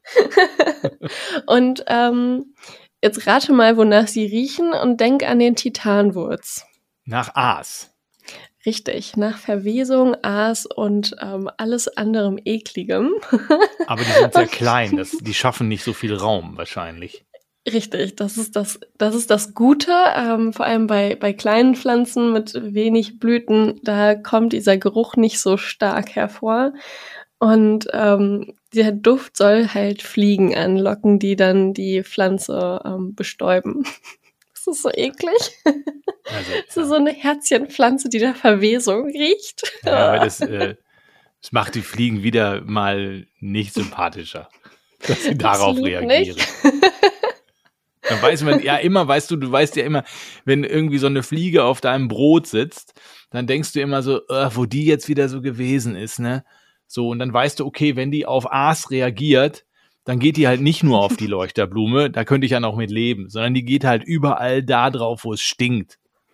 Und ähm, jetzt rate mal, wonach sie riechen und denk an den Titanwurz. Nach Aas. Richtig, nach Verwesung, Aas und ähm, alles anderem Ekligem. Aber die sind sehr klein, das, die schaffen nicht so viel Raum wahrscheinlich. Richtig, das ist das, das ist das Gute, ähm, vor allem bei, bei kleinen Pflanzen mit wenig Blüten, da kommt dieser Geruch nicht so stark hervor. Und ähm, der Duft soll halt Fliegen anlocken, die dann die Pflanze ähm, bestäuben. Das ist so eklig. Also, Das ist so eine Herzchenpflanze, die nach Verwesung riecht. ja, aber das, äh, das macht die Fliegen wieder mal nicht sympathischer, dass sie darauf Absolut reagieren. nicht. Dann weiß man, ja immer, weißt du, du weißt ja immer, wenn irgendwie so eine Fliege auf deinem Brot sitzt, dann denkst du immer so, äh, wo die jetzt wieder so gewesen ist, ne? So, und dann weißt du, okay, wenn die auf Aas reagiert, dann geht die halt nicht nur auf die Leuchterblume, da könnte ich ja noch mit leben, sondern die geht halt überall da drauf, wo es stinkt.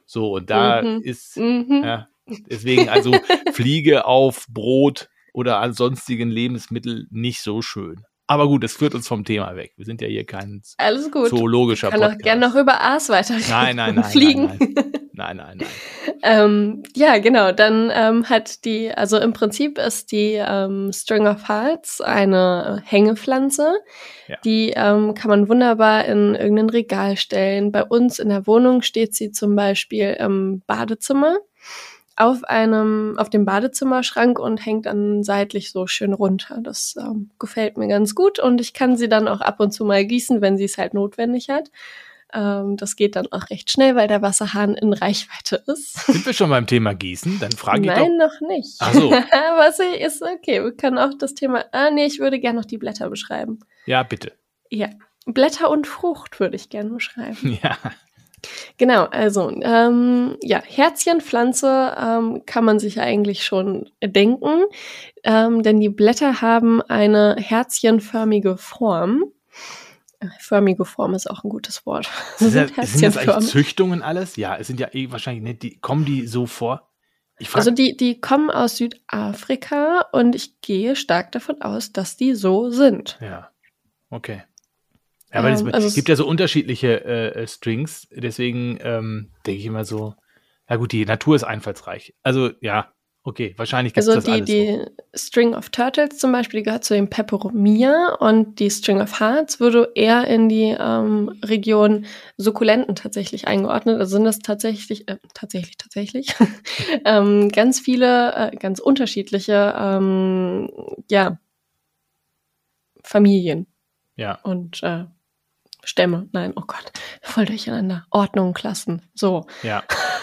So, und da Mhm. ist, Mhm. ja, deswegen also Fliege auf Brot oder an sonstigen Lebensmitteln nicht so schön. Aber gut, es führt uns vom Thema weg. Wir sind ja hier kein Alles gut. zoologischer Ich kann Podcast. auch gerne noch über Aas weiterreden. Nein, nein, und nein, fliegen. nein, nein. Nein, nein, nein. ähm, ja, genau. Dann ähm, hat die, also im Prinzip ist die ähm, String of Hearts eine Hängepflanze. Ja. Die ähm, kann man wunderbar in irgendein Regal stellen. Bei uns in der Wohnung steht sie zum Beispiel im Badezimmer auf einem, auf dem Badezimmerschrank und hängt dann seitlich so schön runter. Das ähm, gefällt mir ganz gut und ich kann sie dann auch ab und zu mal gießen, wenn sie es halt notwendig hat. Ähm, das geht dann auch recht schnell, weil der Wasserhahn in Reichweite ist. Sind wir schon beim Thema Gießen? Dann frage ich Nein, doch. noch nicht. Ach so. Aber es ist okay. Wir können auch das Thema. Ah, nee, ich würde gerne noch die Blätter beschreiben. Ja, bitte. Ja, Blätter und Frucht würde ich gerne beschreiben. Ja. Genau, also ähm, ja, Herzchenpflanze ähm, kann man sich eigentlich schon denken, ähm, denn die Blätter haben eine herzchenförmige Form. Äh, Förmige Form ist auch ein gutes Wort. Sie Sind, sind das, sind das eigentlich herzchenförmig. Züchtungen alles? Ja, es sind ja eh wahrscheinlich nicht, die, kommen die so vor? Ich frage. Also die, die kommen aus Südafrika und ich gehe stark davon aus, dass die so sind. Ja, okay. Ja, weil Ähm, es also es- gibt ja so unterschiedliche äh, Strings, deswegen ähm, denke ich immer so, ja gut, die Natur ist einfallsreich. Also ja, okay, wahrscheinlich gibt es Also das die, alles die so. String of Turtles zum Beispiel, die gehört zu den Peperomia und die String of Hearts würde eher in die ähm, Region Sukkulenten tatsächlich eingeordnet. Also sind das tatsächlich, äh, tatsächlich, tatsächlich, ähm, ganz viele, äh, ganz unterschiedliche, ähm, ja, Familien Ja, und äh, Stämme. Nein, oh Gott, voll durcheinander. Ordnung, Klassen, so. ja,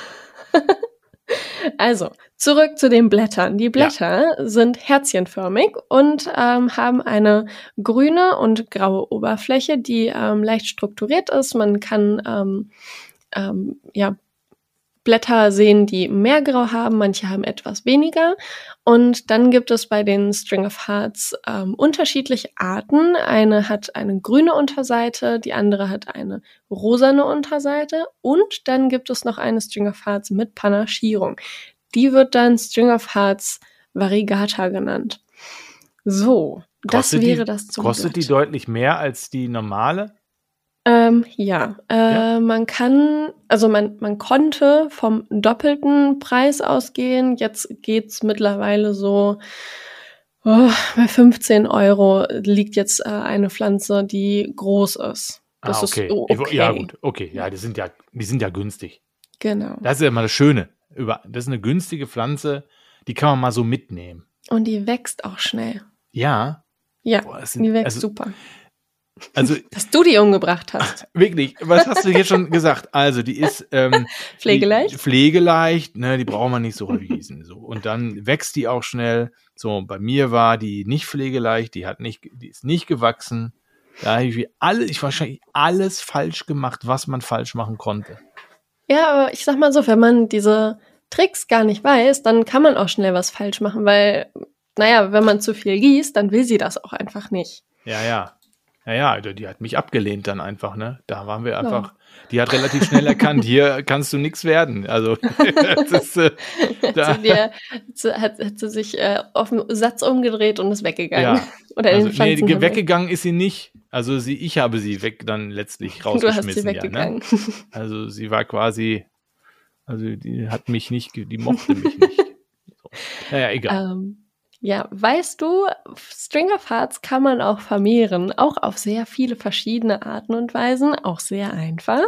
Also, zurück zu den Blättern. Die Blätter sind herzchenförmig und ähm, haben eine grüne und graue Oberfläche, die ähm, leicht strukturiert ist. Man kann ähm, ähm, ja, Blätter sehen, die mehr Grau haben, manche haben etwas weniger. Und dann gibt es bei den String of Hearts ähm, unterschiedliche Arten. Eine hat eine grüne Unterseite, die andere hat eine rosane Unterseite. Und dann gibt es noch eine String of Hearts mit Panaschierung. Die wird dann String of Hearts Variegata genannt. So, das Kostet wäre die, das zum kostet die Blatt. deutlich mehr als die normale? Ähm, ja, äh, Ja? man kann, also man, man konnte vom doppelten Preis ausgehen. Jetzt geht's mittlerweile so, oh, bei fünfzehn Euro liegt jetzt äh, eine Pflanze, die groß ist. Das ah, okay. ist so Ich wo- okay. Ja, gut, okay. Ja, die sind ja, die sind ja günstig. Genau. Das ist ja immer das Schöne. Über, das ist eine günstige Pflanze, die kann man mal so mitnehmen. Und die wächst auch schnell. Ja. Ja, Boah, es sind- die wächst also- super. Also Dass du die umgebracht hast. wirklich, was hast du jetzt schon gesagt? Also die ist ähm, Pflegeleicht? Die, pflegeleicht, ne, die braucht man nicht so häufig gießen. So. Und dann wächst die auch schnell. So, bei mir war die nicht pflegeleicht, die hat nicht, die ist nicht gewachsen. Da habe ich wie alle, ich wahrscheinlich alles falsch gemacht, was man falsch machen konnte. Ja, aber ich sag mal so, wenn man diese Tricks gar nicht weiß, dann kann man auch schnell was falsch machen, weil, naja, wenn man zu viel gießt, dann will sie das auch einfach nicht. Ja, ja. Ja, ja, die die hat mich abgelehnt dann einfach, ne? Da waren wir einfach, die hat relativ schnell erkannt, hier kannst du nichts werden. Also, das ist, äh, da, Hat sie, dir, hat, sie- hat, hat sie sich äh, auf den Satz umgedreht und ist weggegangen. Ja. Oder in also, den nee, Pflanzen. ge- weggegangen ist sie nicht. Also, sie, ich habe sie weg dann letztlich Du hast sie rausgeschmissen, ja, ne? weggegangen. Also, sie war quasi, also, die hat mich nicht, ge- die mochte mich nicht. So. Naja, egal. ähm, ja, weißt du, String of Hearts kann man auch vermehren, auch auf sehr viele verschiedene Arten und Weisen, auch sehr einfach.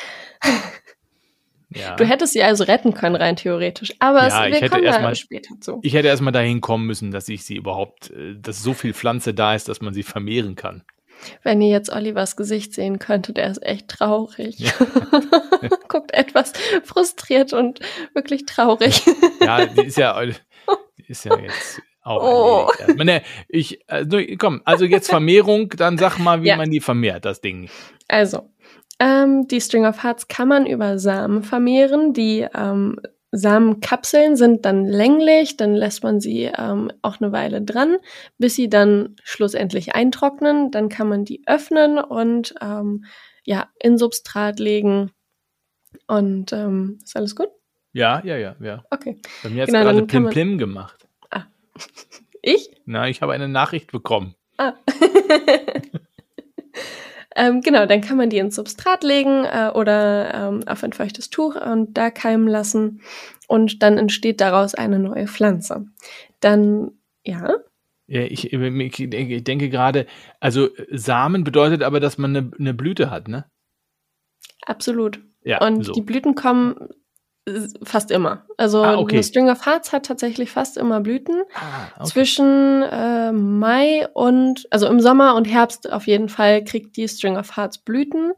Ja. Du hättest sie also retten können, rein theoretisch. Aber Ja, es, ich wir hätte kommen erst da mal- später zu. Ich hätte erstmal dahin kommen müssen, dass ich sie überhaupt, äh, dass so viel Pflanze da ist, dass man sie vermehren kann. Wenn ihr jetzt Olivers Gesicht sehen könntet, der ist echt traurig. Ja. Guckt etwas frustriert und wirklich traurig. Ja, die ist ja, die ist ja jetzt auch Oh. erledigt. Ich meine, ich, also, komm, also jetzt Vermehrung, dann sag mal, wie Ja. man die vermehrt, das Ding. Also, ähm, die String of Hearts kann man über Samen vermehren. Die ähm, Samenkapseln sind dann länglich, dann lässt man sie ähm, auch eine Weile dran, bis sie dann schlussendlich eintrocknen. Dann kann man die öffnen und ähm, ja, in Substrat legen Und ähm, ist alles gut? Ja, ja, ja, ja. Okay. Bei mir hat es Genau, gerade dann kann man- Plim-Plim gemacht. Ich? Na, ich habe eine Nachricht bekommen. Ah. ähm, genau, dann kann man die ins Substrat legen äh, oder ähm, auf ein feuchtes Tuch und da keimen lassen und dann entsteht daraus eine neue Pflanze. Dann, ja, Ja, ich, ich, ich denke gerade, also Samen bedeutet aber, dass man eine, eine Blüte hat, ne? absolut. Ja, Und so. die Blüten kommen äh, fast immer. Also Ah, okay. eine String of Hearts hat tatsächlich fast immer Blüten. Ah, okay. Zwischen äh, Mai und, also im Sommer und Herbst auf jeden Fall kriegt die String of Hearts Blüten.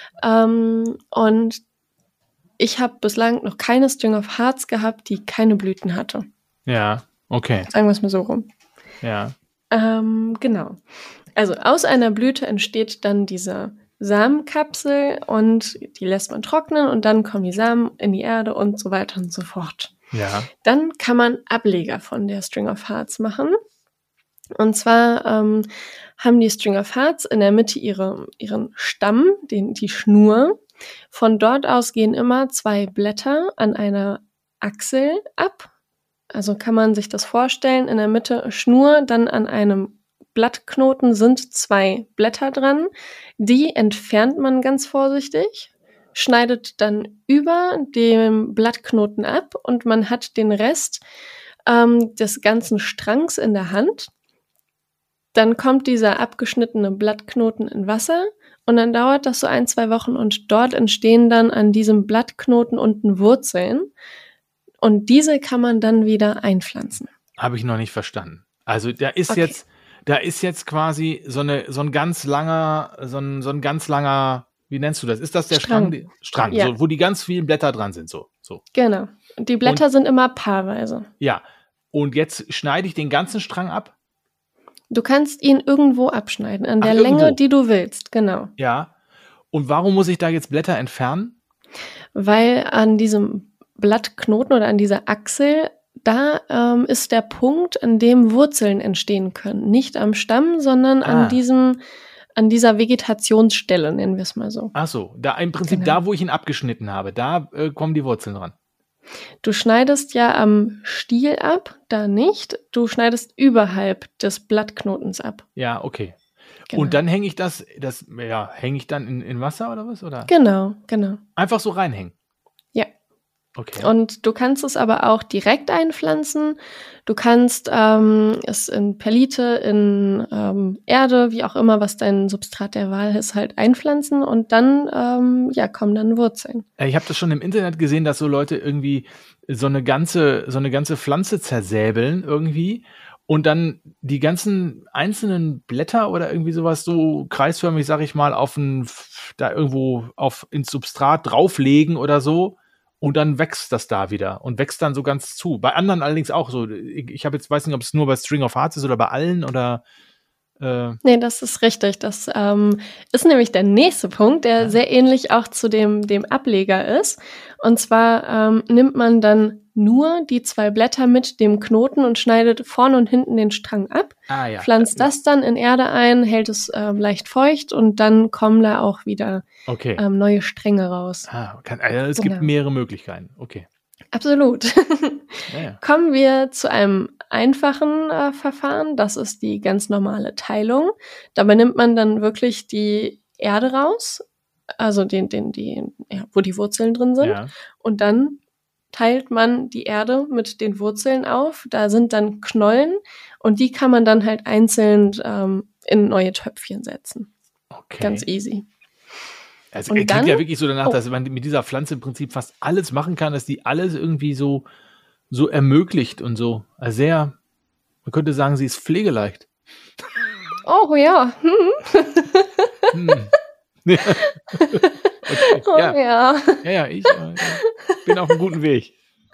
Ähm, und ich habe bislang noch keine String of Hearts gehabt, die keine Blüten hatte. Ja, okay. Sagen wir es mal so rum. Ja. Ähm, genau. Also aus einer Blüte entsteht dann diese Samenkapsel und die lässt man trocknen und dann kommen die Samen in die Erde und so weiter und so fort. Ja. Dann kann man Ableger von der String of Hearts machen. Und zwar ähm, haben die String of Hearts in der Mitte ihre, ihren Stamm, den, die Schnur. Von dort aus gehen immer zwei Blätter an einer Achsel ab. Also kann man sich das vorstellen, in der Mitte Schnur, dann an einem Blattknoten sind zwei Blätter dran. Die entfernt man ganz vorsichtig, schneidet dann über dem Blattknoten ab und man hat den Rest ähm, des ganzen Strangs in der Hand. Dann kommt dieser abgeschnittene Blattknoten in Wasser und dann dauert das so ein, zwei Wochen und dort entstehen dann an diesem Blattknoten unten Wurzeln und diese kann man dann wieder einpflanzen. Habe ich noch nicht verstanden. Also da ist Okay. jetzt, da ist jetzt quasi so eine, so ein ganz langer, so ein, so ein ganz langer, wie nennst du das? Ist das der Strang? Strang. Die- Strang, Ja. so, wo die ganz vielen Blätter dran sind, so, so. Genau. Und die Blätter sind immer paarweise. Ja. Und jetzt schneide ich den ganzen Strang ab. Du kannst ihn irgendwo abschneiden, an Ach, der irgendwo. Länge, die du willst, genau. Ja. Und warum muss ich da jetzt Blätter entfernen? Weil an diesem Blattknoten oder an dieser Achsel, da ähm, ist der Punkt, an dem Wurzeln entstehen können. Nicht am Stamm, sondern Ah. an diesem, an dieser Vegetationsstelle, nennen wir es mal so. Ach so, da im Prinzip Genau. da, wo ich ihn abgeschnitten habe, da äh, kommen die Wurzeln dran. Du schneidest ja am Stiel ab, da nicht. Du schneidest überhalb des Blattknotens ab. Ja, okay. Genau. Und dann hänge ich das, das, ja, hänge ich dann in, in Wasser oder was? Oder Genau, genau. einfach so reinhängen? Ja. Okay. Und du kannst es aber auch direkt einpflanzen. Du kannst ähm, es in Perlite, in ähm, Erde, wie auch immer, was dein Substrat der Wahl ist, halt einpflanzen und dann ähm, ja, kommen dann Wurzeln. Äh, Ich habe das schon im Internet gesehen, dass so Leute irgendwie so eine ganze, so eine ganze Pflanze zersäbeln irgendwie und dann die ganzen einzelnen Blätter oder irgendwie sowas so kreisförmig, sag ich mal, auf ein, da irgendwo auf ins Substrat drauflegen oder so. Und dann wächst das da wieder und wächst dann so ganz zu. Bei anderen allerdings auch so. Ich, ich habe jetzt, weiß nicht, ob es nur bei String of Hearts ist oder bei allen oder äh, Nee, das ist richtig. Das ähm, ist nämlich der nächste Punkt, der Ja. sehr ähnlich auch zu dem, dem Ableger ist. Und zwar ähm, nimmt man dann nur die zwei Blätter mit dem Knoten und schneidet vorne und hinten den Strang ab, ah ja. pflanzt ja. das dann in Erde ein, hält es ähm, leicht feucht und dann kommen da auch wieder Okay. ähm, neue Stränge raus. Ah, kann, also es Genau. gibt mehrere Möglichkeiten. Okay. Absolut. Ja, ja. Kommen wir zu einem einfachen äh, Verfahren. Das ist die ganz normale Teilung. Dabei nimmt man dann wirklich die Erde raus, also den, den, die, ja, wo die Wurzeln drin sind. Ja. Und dann teilt man die Erde mit den Wurzeln auf. Da sind dann Knollen und die kann man dann halt einzeln ähm, in neue Töpfchen setzen. Okay. Ganz easy. Also Und klingt dann- ja wirklich so danach, oh. dass man mit dieser Pflanze im Prinzip fast alles machen kann, dass die alles irgendwie so, so ermöglicht und so. Also sehr, man könnte sagen, sie ist pflegeleicht. Oh ja. Hm. Hm. Ja. Okay. Oh Ja, ja. ja, ja, ich äh, bin auf einem guten Weg.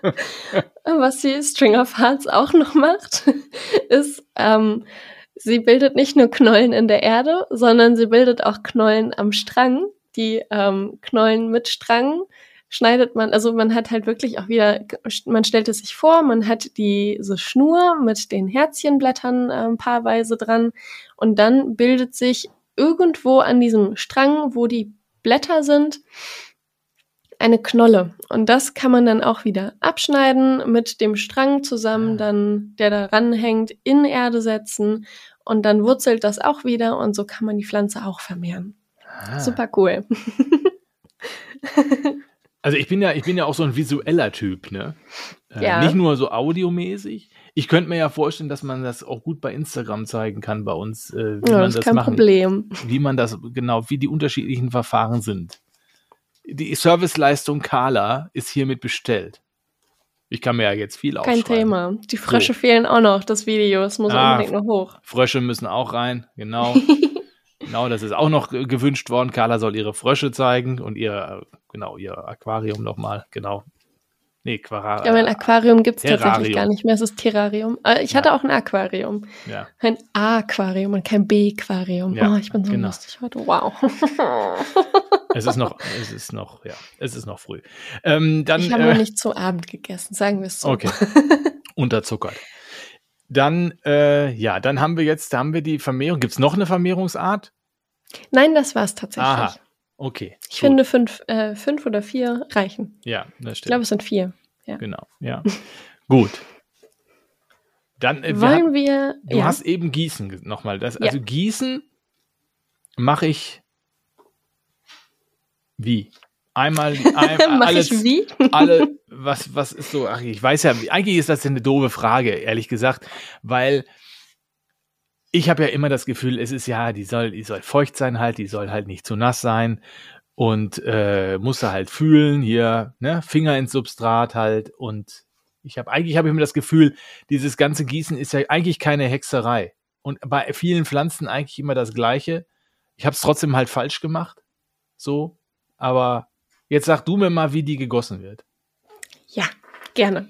Was die String of Hearts auch noch macht, ist, ähm, sie bildet nicht nur Knollen in der Erde, sondern sie bildet auch Knollen am Strang. Die ähm, Knollen mit Strang schneidet man, also man hat halt wirklich auch wieder, man stellt es sich vor, man hat diese Schnur mit den Herzchenblättern ähm, paarweise dran und dann bildet sich irgendwo an diesem Strang, wo die Blätter sind, eine Knolle. Und das kann man dann auch wieder abschneiden, mit dem Strang zusammen, dann, der da ranhängt, in Erde setzen und dann wurzelt das auch wieder und so kann man die Pflanze auch vermehren. Ah. Super cool. Also ich bin ja, ich bin ja auch so ein visueller Typ, ne? Äh, Ja. Nicht nur so audiomäßig. Ich könnte mir ja vorstellen, dass man das auch gut bei Instagram zeigen kann bei uns, äh, wie Ja, man das ist das kein machen, Problem. wie man das genau, wie die unterschiedlichen Verfahren sind. Die Serviceleistung Carla ist hiermit bestellt. Ich kann mir ja jetzt viel Kein aufschreiben. Thema. Die Frösche So. fehlen auch noch, das Video. Es muss Ah, unbedingt noch hoch. Frösche müssen auch rein, genau. Genau, das ist auch noch äh, gewünscht worden. Carla soll ihre Frösche zeigen und ihr, äh, genau, ihr Aquarium nochmal, genau. Nee, Quara Ja, mein Aquarium gibt's Terrarium. tatsächlich gar nicht mehr. Es ist Terrarium. Äh, ich Ja. hatte auch ein Aquarium. Ja. Ein A-Aquarium und kein B-Aquarium. Ja, Oh, ich bin so genau. lustig heute. Wow. Es ist noch, es ist noch, ja, es ist noch früh. Ähm, dann, Ich habe äh, noch nicht zu Abend gegessen, sagen wir es so. Okay. Unterzuckert. Dann, äh, ja, dann haben wir jetzt, da haben wir die Vermehrung. Gibt es noch eine Vermehrungsart? Nein, das war's tatsächlich. Aha, okay. Ich gut. finde, fünf, äh, fünf oder vier reichen. Ja, das Ich stimmt. glaube, es sind vier. Ja. Genau, ja. Gut. Dann, äh, wir Wollen haben- wir. du ja. hast eben Gießen ge- nochmal. Das, Ja. also Gießen mache ich wie? Einmal, ein, Mach alles, ich wie? alle, was, was ist so, ach, ich weiß ja, eigentlich ist das ja eine doofe Frage, ehrlich gesagt, weil ich habe ja immer das Gefühl, es ist ja, die soll, die soll feucht sein halt, die soll halt nicht zu nass sein und äh, muss er halt fühlen, hier, ne, Finger ins Substrat halt und ich habe, eigentlich habe ich immer das Gefühl, dieses ganze Gießen ist ja eigentlich keine Hexerei und bei vielen Pflanzen eigentlich immer das Gleiche. Ich habe es trotzdem halt falsch gemacht, so, aber jetzt sag du mir mal, wie die gegossen wird. Ja, gerne.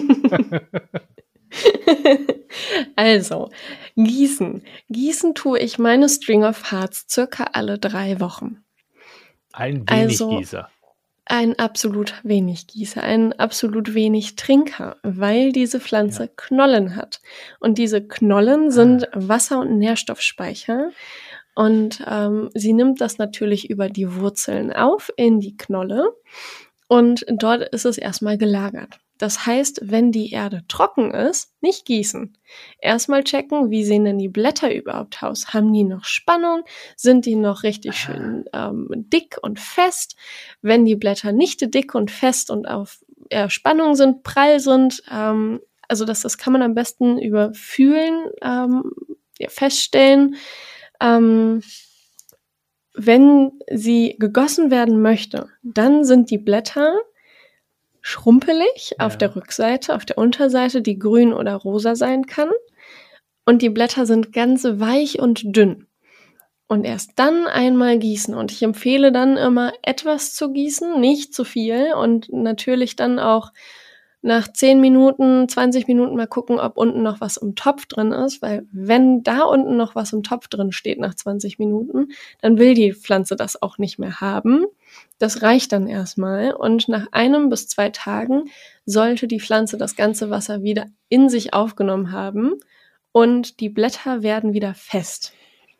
Also, Gießen. Gießen tue ich meine String of Hearts circa alle drei Wochen. Ein wenig Also- Gießer. Ein absolut wenig Gießer, ein absolut wenig Trinker, weil diese Pflanze Ja. Knollen hat. Und diese Knollen sind Wasser- und Nährstoffspeicher. Und ähm, sie nimmt das natürlich über die Wurzeln auf in die Knolle. Und dort ist es erstmal gelagert. Das heißt, wenn die Erde trocken ist, nicht gießen. Erstmal checken, wie sehen denn die Blätter überhaupt aus? Haben die noch Spannung? Sind die noch richtig schön ähm, dick und fest? Wenn die Blätter nicht dick und fest und auf eher Spannung sind, prall sind, ähm, also das, das kann man am besten über Fühlen ähm, ja, feststellen. Ähm, wenn sie gegossen werden möchte, dann sind die Blätter schrumpelig Ja. auf der Rückseite, auf der Unterseite, die grün oder rosa sein kann. Und die Blätter sind ganz weich und dünn. Und erst dann einmal gießen. Und ich empfehle dann immer etwas zu gießen, nicht zu viel. Und natürlich dann auch nach zehn Minuten, zwanzig Minuten mal gucken, ob unten noch was im Topf drin ist. Weil wenn da unten noch was im Topf drin steht nach zwanzig Minuten, dann will die Pflanze das auch nicht mehr haben. Das reicht dann erstmal. Und nach einem bis zwei Tagen sollte die Pflanze das ganze Wasser wieder in sich aufgenommen haben. Und die Blätter werden wieder fest.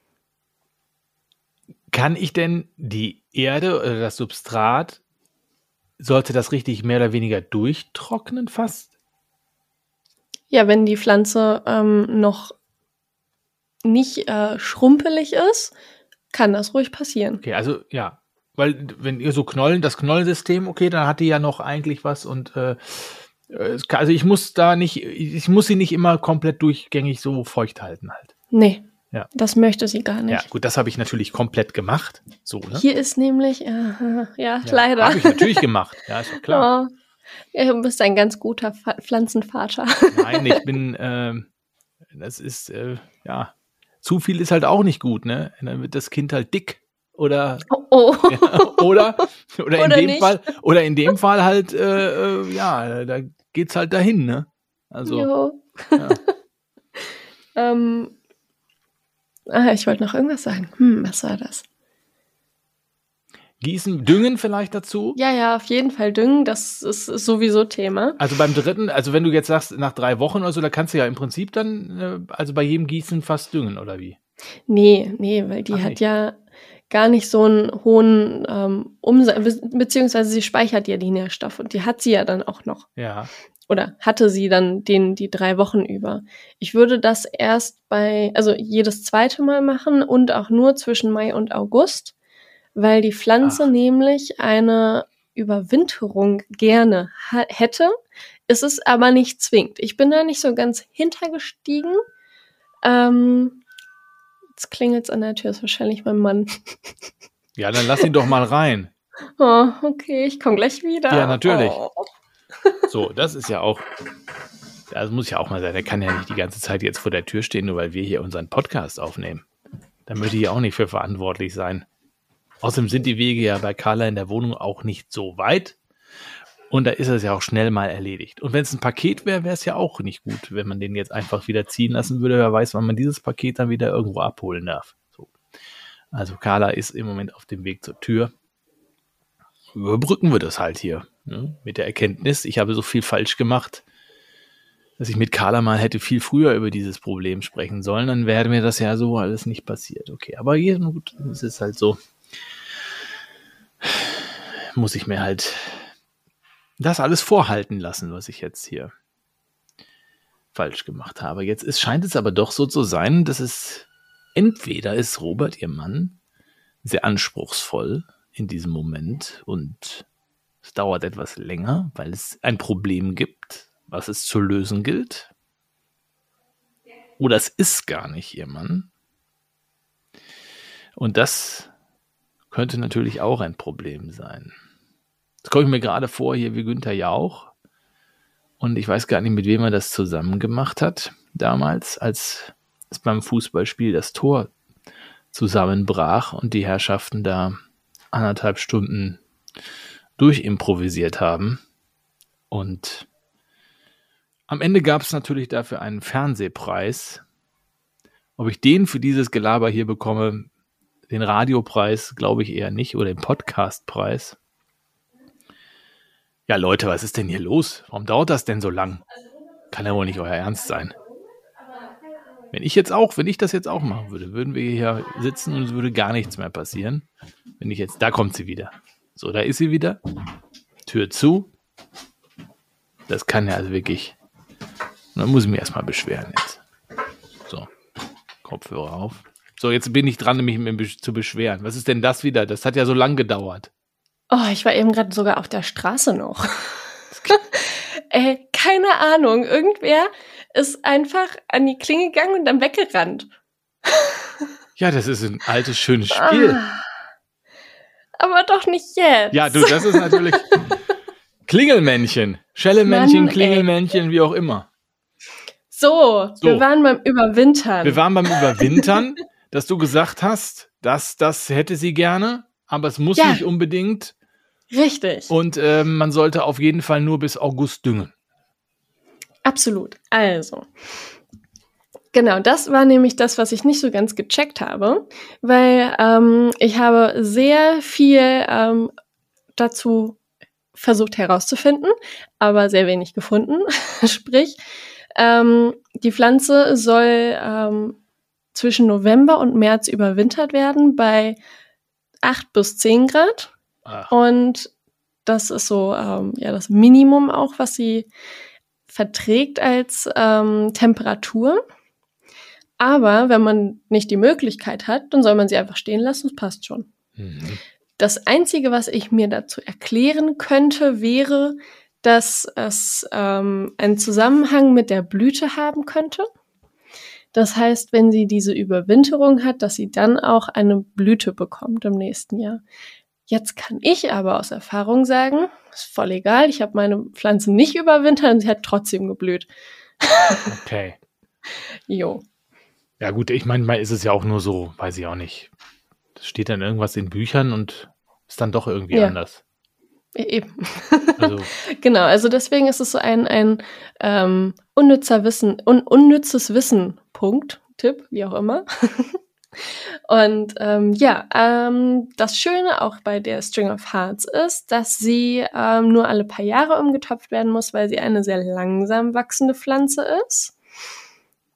Kann ich denn die Erde oder das Substrat, sollte das richtig mehr oder weniger durchtrocknen fast? Ja, wenn die Pflanze ähm, noch nicht äh, schrumpelig ist, kann das ruhig passieren. Okay, also ja, weil wenn ihr so Knollen, das Knollensystem, okay, dann hat die ja noch eigentlich was und äh, es kann- also ich muss da nicht, ich muss sie nicht immer komplett durchgängig so feucht halten halt. Nee, Ja. das möchte sie gar nicht. Ja, gut, das habe ich natürlich komplett gemacht, so, ne? Hier ist nämlich, äh, ja, Ja, leider. habe ich natürlich gemacht, ja, ist doch klar. Oh, ja, du bist ein ganz guter Fa- Pflanzenvater. Nein, ich bin, ähm, das ist, äh, ja, zu viel ist halt auch nicht gut, ne? Dann wird das Kind halt dick oder Oh, oh. ja, oder oder in Oder dem nicht. Fall oder in dem Fall halt, äh, äh, ja, da geht's halt dahin, ne? Also Jo. ja. Ähm, ah, ich wollte noch irgendwas sagen. Hm, was war das? Gießen, Düngen vielleicht dazu. Ja, ja, auf jeden Fall düngen, das ist, ist sowieso Thema. Also beim dritten, also wenn du jetzt sagst, nach drei Wochen oder so, da kannst du ja im Prinzip dann, äh, also bei jedem Gießen fast düngen, oder wie? Nee, nee, weil die Ach, hat nicht. ja gar nicht so einen hohen ähm, Umsatz, be- beziehungsweise sie speichert ja die Nährstoffe und die hat sie ja dann auch noch. Ja. Oder hatte sie dann den die drei Wochen über. Ich würde das erst bei, also jedes zweite Mal machen und auch nur zwischen Mai und August, weil die Pflanze Ach. nämlich eine Überwinterung gerne ha- hätte. Es ist aber nicht zwingend. Ich bin da nicht so ganz hintergestiegen. Ähm, jetzt klingelt's an der Tür, ist wahrscheinlich mein Mann. Ja, dann lass ihn doch mal rein. Oh, okay, ich komme gleich wieder. Ja, natürlich. Oh. So, das ist ja auch, das muss ja auch mal sein. Der kann ja nicht die ganze Zeit jetzt vor der Tür stehen, nur weil wir hier unseren Podcast aufnehmen. Da möchte ich ja auch nicht für verantwortlich sein. Außerdem sind die Wege ja bei Carla in der Wohnung auch nicht so weit. Und da ist es ja auch schnell mal erledigt. Und wenn es ein Paket wäre, wäre es ja auch nicht gut, wenn man den jetzt einfach wieder ziehen lassen würde. Wer weiß, wann man dieses Paket dann wieder irgendwo abholen darf. So. Also Carla ist im Moment auf dem Weg zur Tür. Überbrücken wir das halt hier. Ne? Mit der Erkenntnis, ich habe so viel falsch gemacht, dass ich mit Carla mal hätte viel früher über dieses Problem sprechen sollen. Dann wäre mir das ja so alles nicht passiert. Okay, aber hier, gut, es ist halt so. Muss ich mir halt das alles vorhalten lassen, was ich jetzt hier falsch gemacht habe. Jetzt ist, scheint es aber doch so zu sein, dass es entweder ist Robert, ihr Mann, sehr anspruchsvoll in diesem Moment und es dauert etwas länger, weil es ein Problem gibt, was es zu lösen gilt. Oder es ist gar nicht ihr Mann. Und das könnte natürlich auch ein Problem sein. Das komme ich mir gerade vor, hier wie Günther Jauch. Und ich weiß gar nicht, mit wem er das zusammen gemacht hat, damals, als es beim Fußballspiel das Tor zusammenbrach und die Herrschaften da anderthalb Stunden durchimprovisiert haben. Und am Ende gab es natürlich dafür einen Fernsehpreis. Ob ich den für dieses Gelaber hier bekomme, den Radiopreis, glaube ich eher nicht, oder den Podcastpreis. Ja, Leute, was ist denn hier los? Warum dauert das denn so lang? Kann ja wohl nicht euer Ernst sein. Wenn ich jetzt auch, wenn ich das jetzt auch machen würde, würden wir hier sitzen und es würde gar nichts mehr passieren. Wenn ich jetzt, da kommt sie wieder. So, da ist sie wieder. Tür zu. Das kann ja also wirklich. Und dann muss ich mich erstmal beschweren jetzt. So, Kopfhörer auf. So, jetzt bin ich dran, mich zu beschweren. Was ist denn das wieder? Das hat ja so lang gedauert. Oh, ich war eben gerade sogar auf der Straße noch. Ey, keine Ahnung. Irgendwer ist einfach an die Klinge gegangen und dann weggerannt. Ja, das ist ein altes, schönes Spiel. Ah, aber doch nicht jetzt. Ja, du, das ist natürlich Klingelmännchen. Schellemännchen, Mann, Klingelmännchen, wie auch immer. So, So. wir waren beim Überwintern. Wir waren beim Überwintern, dass du gesagt hast, dass das hätte sie gerne, aber es muss Ja. nicht unbedingt. Richtig. Und äh, man sollte auf jeden Fall nur bis August düngen. Absolut. Also, genau, das war nämlich das, was ich nicht so ganz gecheckt habe, weil ähm, ich habe sehr viel ähm, dazu versucht herauszufinden, aber sehr wenig gefunden. Sprich, ähm, die Pflanze soll ähm, zwischen November und März überwintert werden bei acht bis zehn Grad. Ach, Und das ist so ähm, ja das Minimum auch, was sie verträgt als ähm, Temperatur. Aber wenn man nicht die Möglichkeit hat, dann soll man sie einfach stehen lassen, das passt schon. mhm. Das Einzige, was ich mir dazu erklären könnte, wäre, dass es ähm, einen Zusammenhang mit der Blüte haben könnte. Das heißt, wenn sie diese Überwinterung hat, dass sie dann auch eine Blüte bekommt im nächsten Jahr. Jetzt kann ich aber aus Erfahrung sagen, ist voll egal, ich habe meine Pflanze nicht überwintert und sie hat trotzdem geblüht. Okay. Jo. Ja gut, ich meine, mal ist es ja auch nur so, weiß ich auch nicht. Das steht dann irgendwas in Büchern und ist dann doch irgendwie Ja. anders. E- Eben. Also, Genau, also deswegen ist es so ein, ein ähm, unnützer Wissen, un, unnützes Wissen, Punkt, Tipp, wie auch immer. Und ähm, ja, ähm, das Schöne auch bei der String of Hearts ist, dass sie ähm, nur alle paar Jahre umgetopft werden muss, weil sie eine sehr langsam wachsende Pflanze ist.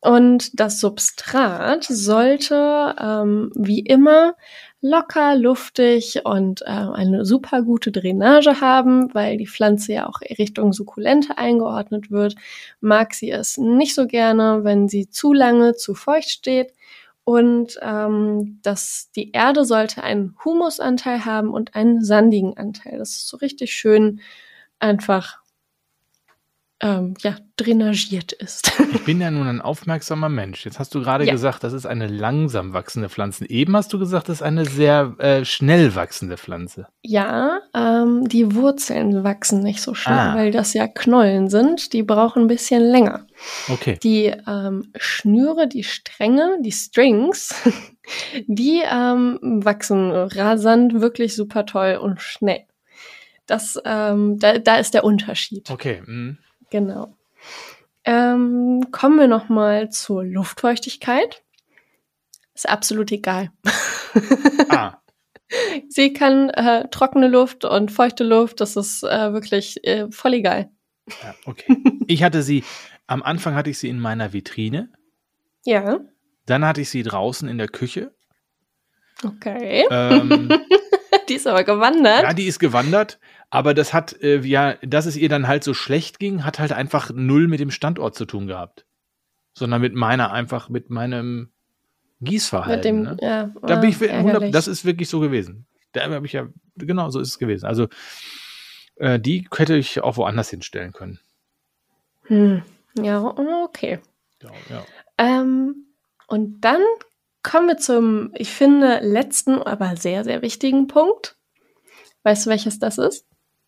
Und das Substrat sollte ähm, wie immer locker, luftig und äh, eine super gute Drainage haben, weil die Pflanze ja auch Richtung Sukkulente eingeordnet wird. Mag sie es nicht so gerne, wenn sie zu lange zu feucht steht. Und ähm, das, die Erde sollte einen Humusanteil haben und einen sandigen Anteil. Das ist so richtig schön einfach ähm, ja, drainagiert ist. Ich bin ja nun ein aufmerksamer Mensch. Jetzt hast du gerade Ja. gesagt, das ist eine langsam wachsende Pflanze. Eben hast du gesagt, das ist eine sehr äh, schnell wachsende Pflanze. Ja, ähm, die Wurzeln wachsen nicht so schnell, Ah. weil das ja Knollen sind. Die brauchen ein bisschen länger. Okay. Die ähm, Schnüre, die Stränge, die Strings, die ähm, wachsen rasant, wirklich super toll und schnell. Das, ähm, da, da ist der Unterschied. Okay. Mhm. Genau. Ähm, kommen wir noch mal zur Luftfeuchtigkeit. Ist absolut egal. Ah. Sie kann äh, trockene Luft und feuchte Luft, das ist äh, wirklich äh, voll egal. Ja, okay. Ich hatte sie, am Anfang hatte ich sie in meiner Vitrine. Ja, Dann hatte ich sie draußen in der Küche. okay. Ähm, Die ist aber gewandert. ja, die ist gewandert, aber das hat, äh, ja, dass es ihr dann halt so schlecht ging, hat halt einfach null mit dem Standort zu tun gehabt. Sondern mit meiner, einfach mit meinem Gießverhalten. Mit dem, ne? ja, Da bin ich, ah, hundert, ärgerlich. das ist wirklich so gewesen. Da habe ich ja, genau so ist es gewesen. Also, äh, die hätte ich auch woanders hinstellen können. Hm. Ja, okay. Ja, ja. Ähm, und dann kommen wir zum, ich finde, letzten, aber sehr, sehr wichtigen Punkt. Weißt du, welches das ist?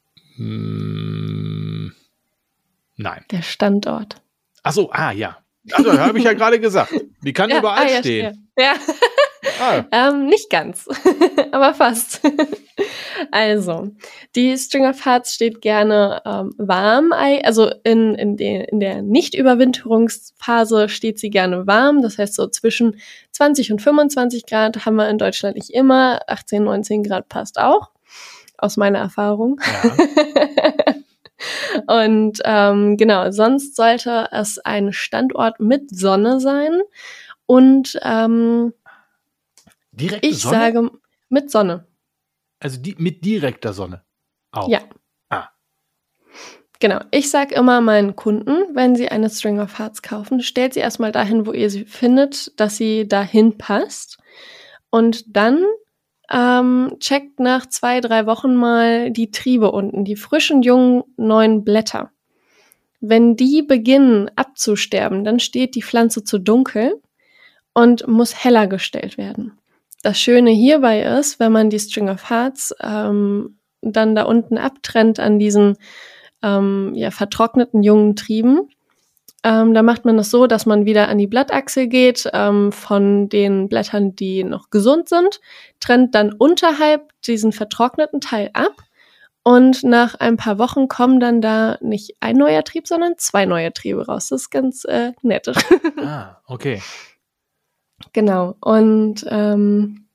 Hm, nein. Der Standort. Ach so, ah, ja. Also, habe ich ja gerade gesagt. Die kann Ja, überall ah, ja, stehen. Ja, Ah, ähm, nicht ganz, aber fast. Also, die String of Hearts steht gerne ähm, warm, also in, in, de, in der Nicht-Überwinterungsphase steht sie gerne warm, das heißt so zwischen zwanzig und fünfundzwanzig Grad haben wir in Deutschland nicht immer, achtzehn, neunzehn Grad passt auch, aus meiner Erfahrung. ja. Und ähm, genau, sonst sollte es ein Standort mit Sonne sein und ähm, Direkte ich Sonne? sage mit Sonne. Also die, mit direkter Sonne. Auch. Ja. Ah. Genau. Ich sage immer meinen Kunden, wenn sie eine String of Hearts kaufen, stellt sie erstmal dahin, wo ihr sie findet, dass sie dahin passt. Und dann ähm, checkt nach zwei, drei Wochen mal die Triebe unten, die frischen, jungen, neuen Blätter. Wenn die beginnen abzusterben, dann steht die Pflanze zu dunkel und muss heller gestellt werden. Das Schöne hierbei ist, wenn man die String of Hearts ähm, dann da unten abtrennt an diesen ähm, ja, vertrockneten jungen Trieben, ähm, da macht man das so, dass man wieder an die Blattachsel geht ähm, von den Blättern, die noch gesund sind, trennt dann unterhalb diesen vertrockneten Teil ab und nach ein paar Wochen kommen dann da nicht ein neuer Trieb, sondern zwei neue Triebe raus. Das ist ganz äh, nett. Ah, okay. Genau. Und ähm,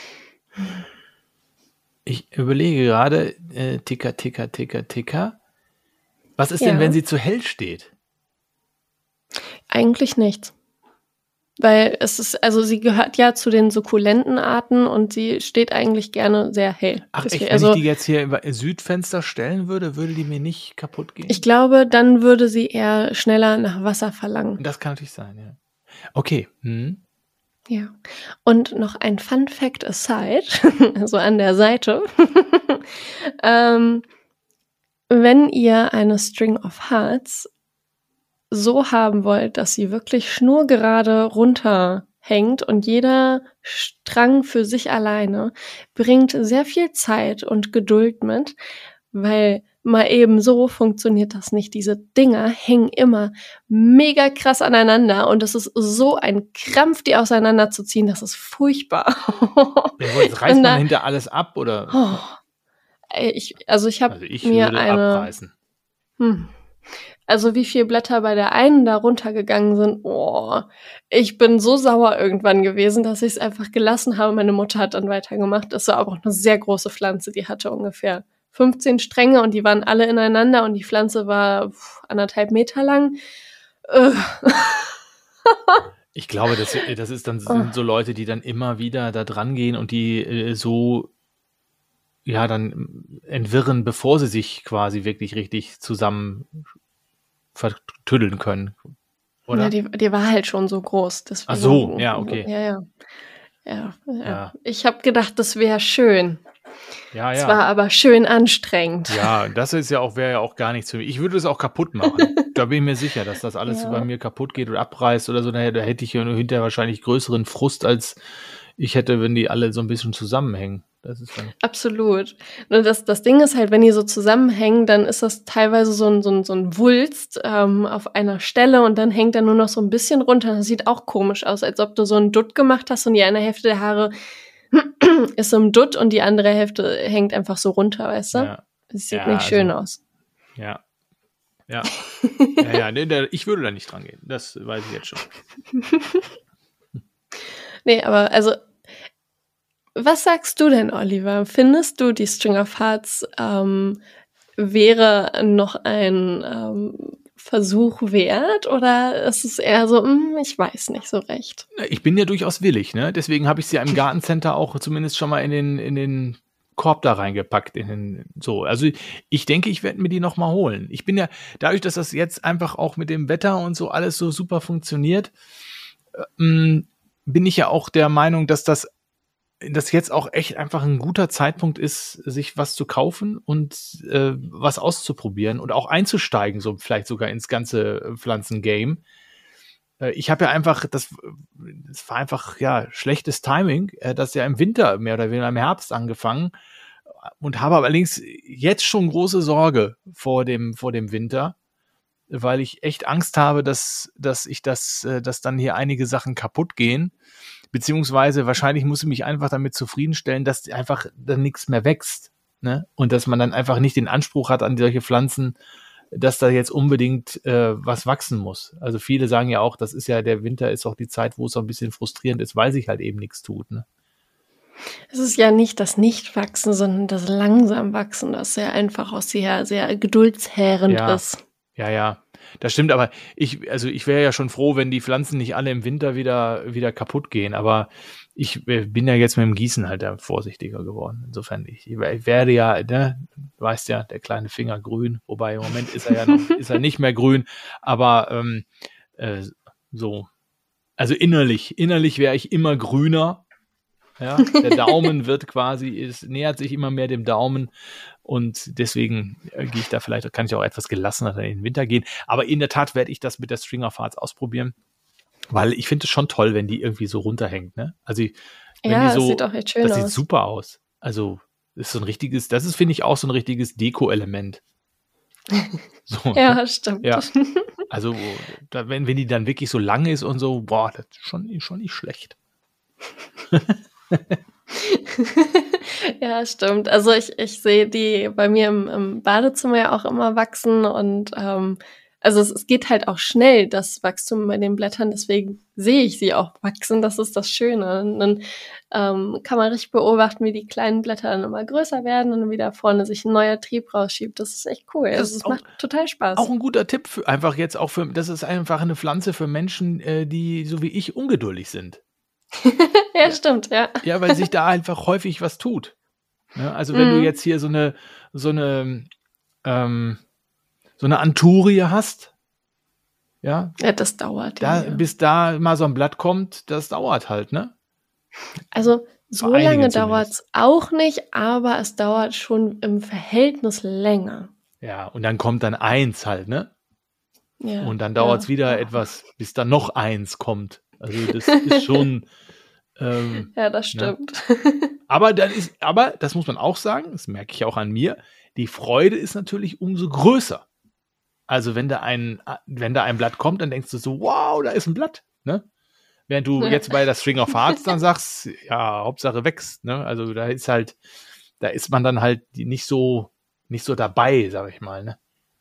Ich überlege gerade, äh, Ticker, Ticker, Ticker, Ticker. Was ist Ja. denn, wenn sie zu hell steht? eigentlich nichts. Weil es ist, also sie gehört ja zu den sukkulenten Arten und sie steht eigentlich gerne sehr hell. Ach Deswegen- echt, wenn also ich die jetzt hier über Südfenster stellen würde, würde die mir nicht kaputt gehen? ich glaube, dann würde sie eher schneller nach Wasser verlangen. Das kann natürlich sein, ja. Okay. Hm. Ja. Und noch ein Fun Fact aside, also an der Seite. ähm, wenn ihr eine String of Hearts so haben wollt, dass sie wirklich schnurgerade runterhängt und jeder Strang für sich alleine, bringt sehr viel Zeit und Geduld mit, weil mal eben so funktioniert das nicht. Diese Dinger hängen immer mega krass aneinander und es ist so ein Krampf, die auseinanderzuziehen, das ist furchtbar. Ja, jetzt reißt Und da- man hinter alles ab oder? Oh. Ey, Ich, also ich habe Also ich mir würde eine, abreißen. hm. Also wie viele Blätter bei der einen da runtergegangen sind, oh, ich bin so sauer irgendwann gewesen, dass ich es einfach gelassen habe. Meine Mutter hat dann weitergemacht. Das war aber auch eine sehr große Pflanze, die hatte ungefähr fünfzehn Stränge und die waren alle ineinander und die Pflanze war pff, anderthalb Meter lang. Äh. Ich glaube, das, das ist dann, sind so Leute, die dann immer wieder da dran gehen und die äh, so ja dann entwirren, bevor sie sich quasi wirklich richtig zusammen vertüddeln können. Oder? Ja, die, die war halt schon so groß. Deswegen, Ach so, ja, okay. Ja, ja. Ja, ja. Ja. Ich habe gedacht, das wäre schön. Ja, Es ja. war aber schön anstrengend. Ja, das ist ja auch, wäre ja auch gar nichts für mich. Ich würde es auch kaputt machen. Da bin ich mir sicher, dass das alles Ja. bei mir kaputt geht oder abreißt oder so. Da, da hätte ich ja hinterher wahrscheinlich größeren Frust, als ich hätte, wenn die alle so ein bisschen zusammenhängen. Das ist dann. Absolut. Nur das, das Ding ist halt, wenn die so zusammenhängen, dann ist das teilweise so ein, so ein, so ein Wulst ähm, auf einer Stelle und dann hängt er nur noch so ein bisschen runter. Das sieht auch komisch aus, als ob du so einen Dutt gemacht hast und die eine Hälfte der Haare ist so ein Dutt und die andere Hälfte hängt einfach so runter, weißt du? Ja. Das sieht Ja, nicht schön also- aus. Ja. Ja. ja, ja, nee, da, ich würde da nicht dran gehen. Das weiß ich jetzt schon. Nee, aber also, was sagst du denn, Oliver? Findest du, die String of Hearts ähm, wäre noch ein ähm, Versuch wert oder ist es eher so, hm, ich weiß nicht so recht? Ich bin ja durchaus willig, ne? Deswegen habe ich sie ja im Gartencenter auch zumindest schon mal in den, in den Korb da reingepackt. In den, so. Also ich denke, ich werde mir die noch mal holen. Ich bin ja, dadurch, dass das jetzt einfach auch mit dem Wetter und so alles so super funktioniert, ähm, bin ich ja auch der Meinung, dass das dass jetzt auch echt einfach ein guter Zeitpunkt ist, sich was zu kaufen und äh, was auszuprobieren und auch einzusteigen, so vielleicht sogar ins ganze Pflanzengame. Äh, ich habe ja einfach, das, das war einfach ja schlechtes Timing, äh, das ja im Winter mehr oder weniger im Herbst angefangen und habe allerdings jetzt schon große Sorge vor dem vor dem Winter, weil ich echt Angst habe, dass dass ich das, äh, dass dann hier einige Sachen kaputt gehen. Beziehungsweise wahrscheinlich muss ich mich einfach damit zufriedenstellen, dass einfach dann nichts mehr wächst. Ne? Und dass man dann einfach nicht den Anspruch hat an solche Pflanzen, dass da jetzt unbedingt äh, was wachsen muss. Also viele sagen ja auch, das ist ja, der Winter ist auch die Zeit, wo es so ein bisschen frustrierend ist, weil sich halt eben nichts tut. Ne? Es ist ja nicht das Nichtwachsen, sondern das langsam Wachsen, das sehr einfach auch sehr, sehr geduldsherrend Ja. ist. Ja, ja, das stimmt, aber ich, also ich wäre ja schon froh, wenn die Pflanzen nicht alle im Winter wieder, wieder kaputt gehen, aber ich äh, bin ja jetzt mit dem Gießen halt da vorsichtiger geworden. Insofern, ich, ich werde ja, ne, du weißt ja, der kleine Finger grün, wobei im Moment ist er ja noch, ist er nicht mehr grün, aber ähm, äh, so, also innerlich, innerlich wäre ich immer grüner. Ja, der Daumen wird quasi, es nähert sich immer mehr dem Daumen und deswegen äh, gehe ich da vielleicht, kann ich auch etwas gelassener in den Winter gehen. Aber in der Tat werde ich das mit der String of Hearts ausprobieren, weil ich finde es schon toll, wenn die irgendwie so runterhängt. Ne? Also wenn Ja, die so, es sieht auch echt schön das aus. sieht super aus. Also ist so ein richtiges, das ist, finde ich, auch so ein richtiges Deko-Element. So, Ja, stimmt. Ja. Also da, wenn, wenn die dann wirklich so lang ist und so, boah, das ist schon, schon nicht schlecht. Ja, stimmt. Also ich, ich sehe die bei mir im, im Badezimmer ja auch immer wachsen und ähm, also es, es geht halt auch schnell, das Wachstum bei den Blättern, deswegen sehe ich sie auch wachsen, das ist das Schöne. Und dann ähm, kann man richtig beobachten, wie die kleinen Blätter dann immer größer werden und dann wieder vorne sich ein neuer Trieb rausschiebt. Das ist echt cool. Das Also ist es auch- macht total Spaß. Auch ein guter Tipp, für, einfach jetzt auch für, das ist einfach eine Pflanze für Menschen, äh, die so wie ich ungeduldig sind. Ja, stimmt, ja. Ja, weil sich da einfach häufig was tut. Ja, also wenn Mhm. du jetzt hier so eine, so eine, ähm, so eine Anturie hast, ja, Ja, das dauert. da, Ja, ja. bis da mal so ein Blatt kommt, das dauert halt, ne? Also so Bei einigen lange zumindest. dauert's auch nicht, aber es dauert schon im Verhältnis länger. Ja, und dann kommt dann eins halt, ne? Ja, Und dann dauert es ja. wieder etwas, bis dann noch eins kommt. Also das ist schon, ähm, Ja, das stimmt. aber dann ist, aber das muss man auch sagen, das merke ich auch an mir, die Freude ist natürlich umso größer. Also wenn da ein, wenn da ein Blatt kommt, dann denkst du so, wow, da ist ein Blatt, ne? Während du Ja. jetzt bei der String of Hearts dann sagst, ja, Hauptsache wächst, ne? Also da ist halt, da ist man dann halt nicht so, nicht so dabei, sag ich mal, ne?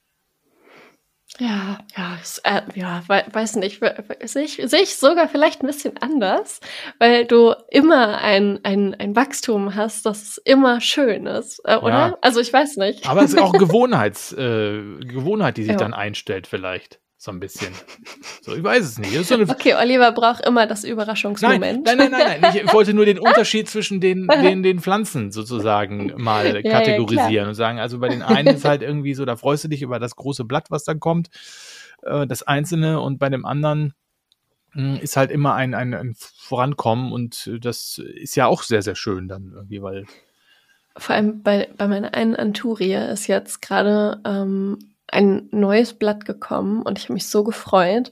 Ja, ja, es, äh, ja, we weiß nicht, we- we- sehe ich, sehe ich sogar vielleicht ein bisschen anders, weil du immer ein, ein, ein Wachstum hast, das immer schön ist, äh, oder? Ja. Also ich weiß nicht. Aber es ist auch Gewohnheits, äh, Gewohnheit, die sich Ja. dann einstellt vielleicht. So ein bisschen. So, ich weiß es nicht. Das ist so eine Okay, Oliver braucht immer das Überraschungsmoment. Nein, nein, nein, nein, nein. Ich wollte nur den Unterschied zwischen den, den, den Pflanzen sozusagen mal Ja, kategorisieren ja, und sagen, also bei den einen ist halt irgendwie so, da freust du dich über das große Blatt, was dann kommt, äh, das Einzelne, und bei dem anderen mh, ist halt immer ein, ein, ein Vorankommen, und das ist ja auch sehr, sehr schön dann irgendwie, weil Vor allem bei, bei meiner einen Anturie ist jetzt gerade ähm, ein neues Blatt gekommen und ich habe mich so gefreut.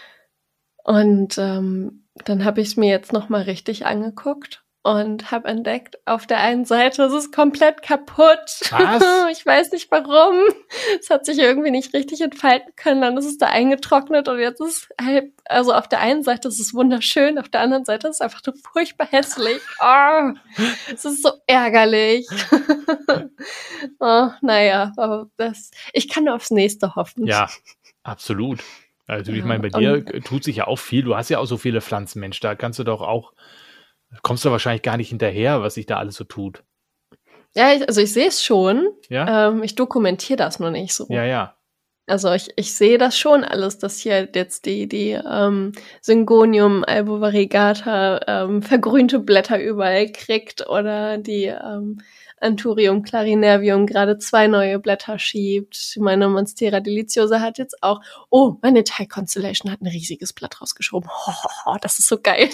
Und ähm, dann habe ich es mir jetzt nochmal richtig angeguckt und habe entdeckt, auf der einen Seite ist es komplett kaputt. Was? Ich weiß nicht warum. Es hat sich irgendwie nicht richtig entfalten können. Dann ist es da eingetrocknet und jetzt ist halt, also auf der einen Seite ist es wunderschön, auf der anderen Seite ist es einfach nur furchtbar hässlich. Oh, es ist so ärgerlich. Oh, naja, aber das, ich kann nur aufs nächste hoffen. ja, absolut. Also ich Ja, meine, bei dir und- tut sich ja auch viel. Du hast ja auch so viele Pflanzen, Mensch, da kannst du doch auch, kommst du wahrscheinlich gar nicht hinterher, was sich da alles so tut. Ja, ich, also ich sehe es schon. Ja? Ähm, ich dokumentiere das nur nicht so. Ja, ja. Also ich, ich sehe das schon alles, dass hier jetzt die, die ähm, Syngonium albovariegata ähm, vergrünte Blätter überall kriegt oder die ähm, Anthurium clarinervium gerade zwei neue Blätter schiebt. Meine Monstera deliciosa hat jetzt auch, oh, meine Thai Constellation hat ein riesiges Blatt rausgeschoben. Ho, ho, ho, das ist so geil.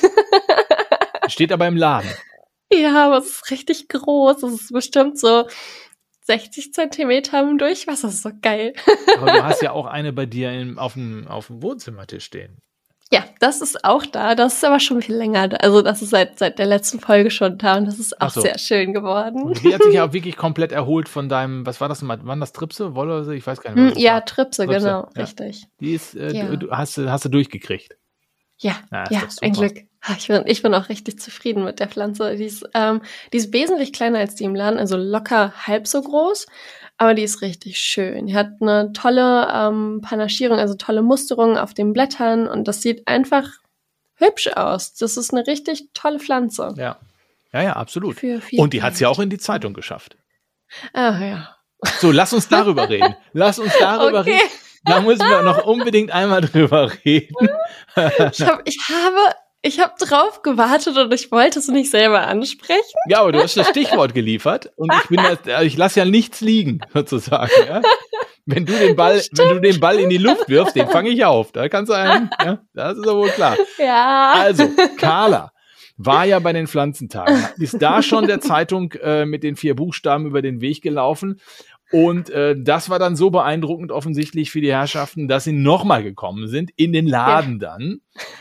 Steht aber im Laden. Ja, aber es ist richtig groß. Es ist bestimmt so sechzig Zentimeter im Durchmesser. Das ist so geil. Aber du hast ja auch eine bei dir im, auf, dem, auf dem Wohnzimmertisch stehen. Ja, das ist auch da. Das ist aber schon viel länger da. Also das ist seit, seit der letzten Folge schon da und das ist auch Ach so. sehr schön geworden. Und die hat sich ja auch wirklich komplett erholt von deinem, was war das nochmal? Waren das Tripse, Wolle? Ich weiß gar nicht mehr. Hm, was das ja, war. Tripse, Tripse, genau, ja. richtig. Die ist, äh, Ja. du, du hast, du- hast du durchgekriegt. Ja, Ja, ist ja, doch super. ein Glück. Ah, Ich bin, ich bin auch richtig zufrieden mit der Pflanze. Die ist, ähm, die ist wesentlich kleiner als die im Laden, also locker halb so groß, aber die ist richtig schön. Die hat eine tolle ähm, Panaschierung, also tolle Musterung auf den Blättern und das sieht einfach hübsch aus. Das ist eine richtig tolle Pflanze. Ja. Ja, ja, absolut. Für viel Und die hat es ja Geld. auch in die Zeitung geschafft. Ah, ja. So, lass uns darüber reden. Lass uns darüber Okay. reden. Da müssen wir noch unbedingt einmal drüber reden. Ich, hab, ich habe, ich habe drauf gewartet und ich wollte es nicht selber ansprechen. Ja, aber du hast das Stichwort geliefert und ich bin das, ich lasse ja nichts liegen, sozusagen. Ja? Wenn du den Ball, wenn du den Ball in die Luft wirfst, den fange ich auf. Da kannst du einen, ja, das ist doch wohl klar. Ja. Also, Carla war ja bei den Pflanzentagen, ist da schon der Zeitung äh, mit den vier Buchstaben über den Weg gelaufen. Und äh, das war dann so beeindruckend offensichtlich für die Herrschaften, dass sie nochmal gekommen sind, in den Laden dann.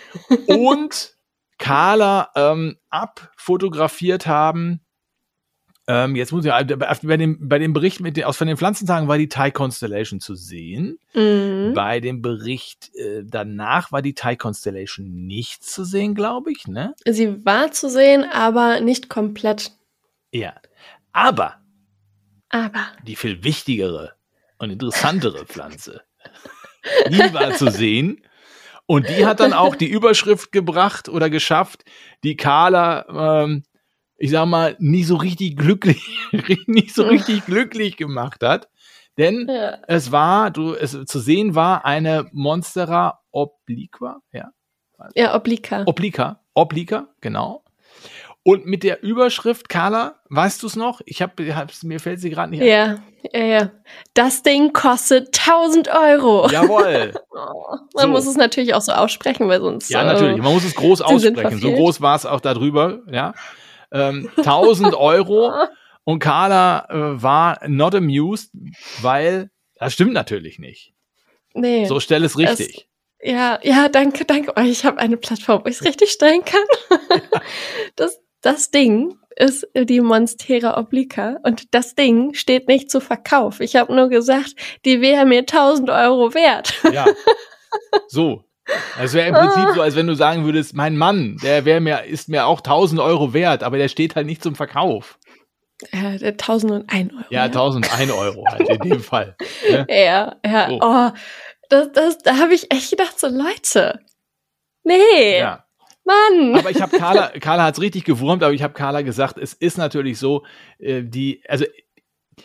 Und Carla ähm, abfotografiert haben. Ähm, jetzt muss ich, bei dem, bei dem Bericht mit den, aus von den Pflanzentagen war die Thai Constellation zu sehen. Mhm. Bei dem Bericht äh, danach war die Thai Constellation nicht zu sehen, glaube ich, ne? Sie war zu sehen, aber nicht komplett. Ja. Aber Aber. die viel wichtigere und interessantere Pflanze, die war zu sehen. Und die hat dann auch die Überschrift gebracht oder geschafft, die Carla, ähm, ich sag mal, nicht so richtig glücklich, nicht so richtig glücklich gemacht hat. Denn Ja. es war, du, es zu sehen war eine Monstera obliqua, ja, Ja, Oblika. obliqua, obliqua, genau. Und mit der Überschrift, Carla, weißt du es noch? Ich habe, mir fällt sie gerade nicht ein. Ja, ja, ja. Das Ding kostet tausend Euro. Jawohl. Oh, man So. muss es natürlich auch so aussprechen, weil sonst. Ja, äh, natürlich. Man muss es groß sie sind aussprechen. So verfehlt. groß war es auch da drüber. Ja. Ähm, tausend Euro. Und Carla äh, war not amused, weil das stimmt natürlich nicht. Nee. So stell es richtig. Ja, ja, danke, danke. Oh, ich habe eine Plattform, wo ich es richtig stellen kann. Das, das Ding ist die Monstera obliqua und das Ding steht nicht zu Verkauf. Ich habe nur gesagt, die wäre mir tausend Euro wert. Ja. So. Es wäre im Prinzip so, als wenn du sagen würdest, mein Mann, der wäre mir, ist mir auch tausend Euro wert, aber der steht halt nicht zum Verkauf. Ja, der tausendundein Euro. Ja, tausendundein Euro halt in dem Fall. Ne? Ja, ja. So. Oh, das, das, da habe ich echt gedacht, so Leute. Nee, Ja. Mann. Aber ich habe Carla, Carla hat es richtig gewurmt, aber ich habe Carla gesagt, es ist natürlich so, äh, die, also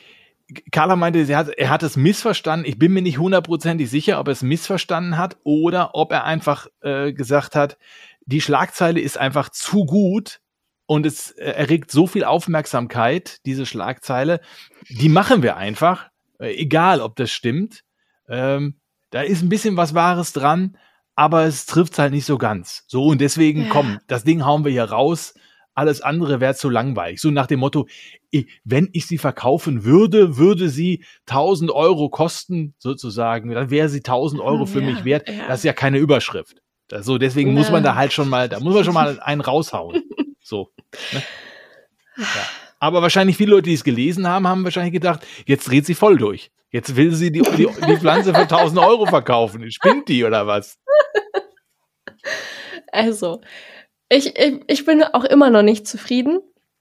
Carla meinte, sie hat, er hat es missverstanden. Ich bin mir nicht hundertprozentig sicher, ob er es missverstanden hat oder ob er einfach äh, gesagt hat, die Schlagzeile ist einfach zu gut und es äh, erregt so viel Aufmerksamkeit, diese Schlagzeile. Die machen wir einfach, äh, egal ob das stimmt. Ähm, da ist ein bisschen was Wahres dran, aber es trifft halt nicht so ganz. So, und deswegen, Ja. komm, das Ding hauen wir hier raus. Alles andere wäre zu langweilig. So nach dem Motto, ich, wenn ich sie verkaufen würde, würde sie tausend Euro kosten, sozusagen. Dann wäre sie tausend Euro für Ja, mich wert. ja. Das ist ja keine Überschrift. Das, so, deswegen Ja. muss man da halt schon mal, da muss man schon mal einen raushauen. So. Ne? Ja. Aber wahrscheinlich viele Leute, die es gelesen haben, haben wahrscheinlich gedacht, jetzt dreht sie voll durch. Jetzt will sie die, die, die Pflanze für tausend Euro verkaufen. Spinnt die oder was? Also, ich, ich, ich bin auch immer noch nicht zufrieden.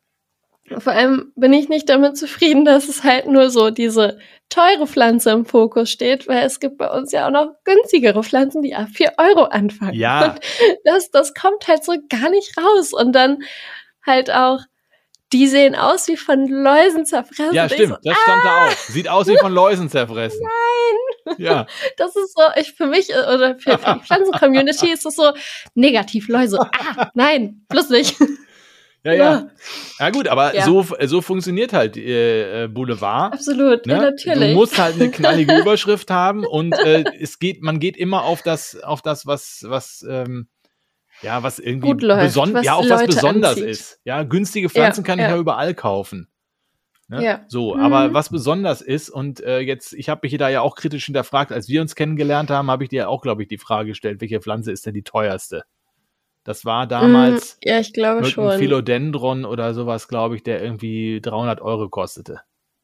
Vor allem bin ich nicht damit zufrieden, dass es halt nur so diese teure Pflanze im Fokus steht, weil es gibt bei uns ja auch noch günstigere Pflanzen, die ab vier Euro anfangen. Ja. Und das, das kommt halt so gar nicht raus. Und dann halt auch, die sehen aus wie von Läusen zerfressen. Ja, Und ich stimmt. so, Das stand da auch. Sieht aus wie von Läusen zerfressen. Nein. Ja. Das ist so, ich für mich oder für, für die Pflanzen-Community ist das so negativ, Läuse. Ah, nein, bloß nicht. Ja, ja. Ja gut, aber Ja. so, so funktioniert halt äh, Boulevard. Absolut, Ne? ja, natürlich. Du musst halt eine knallige Überschrift haben und äh, es geht, man geht immer auf das, auf das, was, was, ähm, ja, was irgendwie Gut läuft, beson- was ja, auch was Leute besonders anzieht. ist. Ja, günstige Pflanzen Ja, kann ich ja. ja überall kaufen. Ne? Ja. So, Mhm. aber was besonders ist und äh, jetzt, ich habe mich da ja auch kritisch hinterfragt, als wir uns kennengelernt haben, habe ich dir auch, glaube ich, die Frage gestellt, welche Pflanze ist denn die teuerste? Das war damals Mm, ja, ich glaube irgendein schon. Philodendron oder sowas, glaube ich, der irgendwie dreihundert Euro kostete.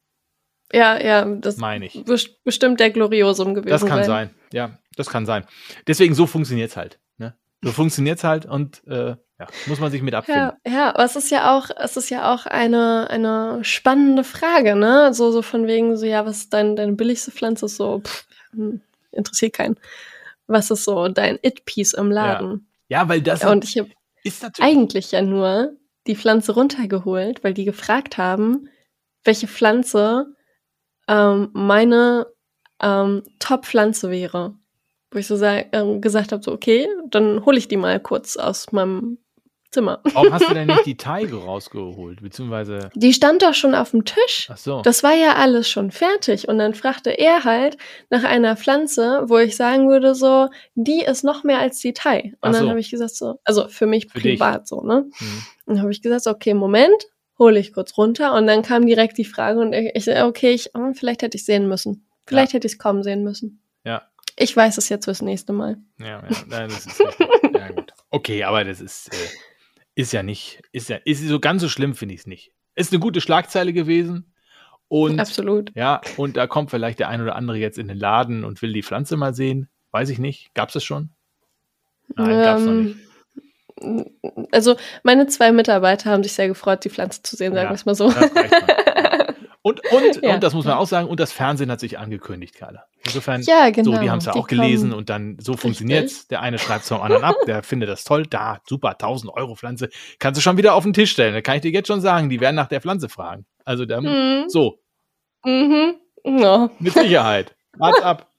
Ja, ja, das Meine ich. bes- bestimmt der Gloriosum gewesen Das kann sein. sein. Ja, das kann sein. Deswegen, so funktioniert's halt. Ne? So funktioniert's halt und äh, ja, muss man sich mit abfinden. Ja, ja, aber es ist ja auch, es ist ja auch eine, eine spannende Frage, ne? So, so von wegen, so, ja, was ist dein, deine billigste Pflanze? So, pff, hm, interessiert keinen. Was ist so dein It-Piece im Laden? Ja, weil das Und ich habe ist natürlich. eigentlich ja nur die Pflanze runtergeholt, weil die gefragt haben, welche Pflanze ähm, meine ähm, Top-Pflanze wäre. Wo ich so sa- ähm, gesagt habe, so okay, dann hole ich die mal kurz aus meinem Zimmer. Warum hast du denn nicht die Teige rausgeholt? Beziehungsweise. Die stand doch schon auf dem Tisch. Ach so. Das war ja alles schon fertig. Und dann fragte er halt nach einer Pflanze, wo ich sagen würde, so, die ist noch mehr als die Thai. Und Ach so. dann habe ich gesagt, so, also für mich Für dich. privat so, ne? Hm. Und dann habe ich gesagt, so, okay, Moment, hole ich kurz runter. Und dann kam direkt die Frage und ich, ich okay, ich, hm, vielleicht hätte ich sehen müssen. Vielleicht hätte ich es kaum sehen müssen. Ja. Ich weiß es jetzt fürs nächste Mal. Ja, ja, nein, das ist richtig. Ja, gut. Okay, aber das ist, äh, ist ja nicht, ist ja, ist so ganz so schlimm, finde ich es nicht. Ist eine gute Schlagzeile gewesen. Und Absolut. ja, und da kommt vielleicht der ein oder andere jetzt in den Laden und will die Pflanze mal sehen. Weiß ich nicht. Gab's das schon? Nein, gab's noch nicht. Ähm, Also meine zwei Mitarbeiter haben sich sehr gefreut, die Pflanze zu sehen, sagen Ja, wir es mal so. das reicht mal. Und, und, Ja. und das muss man auch sagen, und das Fernsehen hat sich angekündigt, Carla. Insofern, Ja, genau. so, die haben es ja Die auch gelesen kommen- und dann so funktioniert's. Der eine schreibt es vom anderen ab, der findet das toll. Da, super, tausend Euro Pflanze. Kannst du schon wieder auf den Tisch stellen. Da kann ich dir jetzt schon sagen, die werden nach der Pflanze fragen. Also, da, Mhm. so, Mhm. Ja. mit Sicherheit. Wart's ab.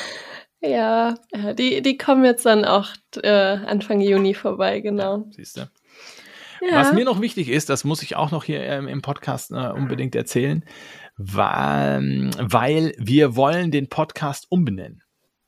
Ja, ja, die, die kommen jetzt dann auch äh, Anfang Juni vorbei, genau. Siehst du? Ja. Was mir noch wichtig ist, das muss ich auch noch hier ähm, im Podcast äh, unbedingt erzählen, weil, weil wir wollen den Podcast umbenennen.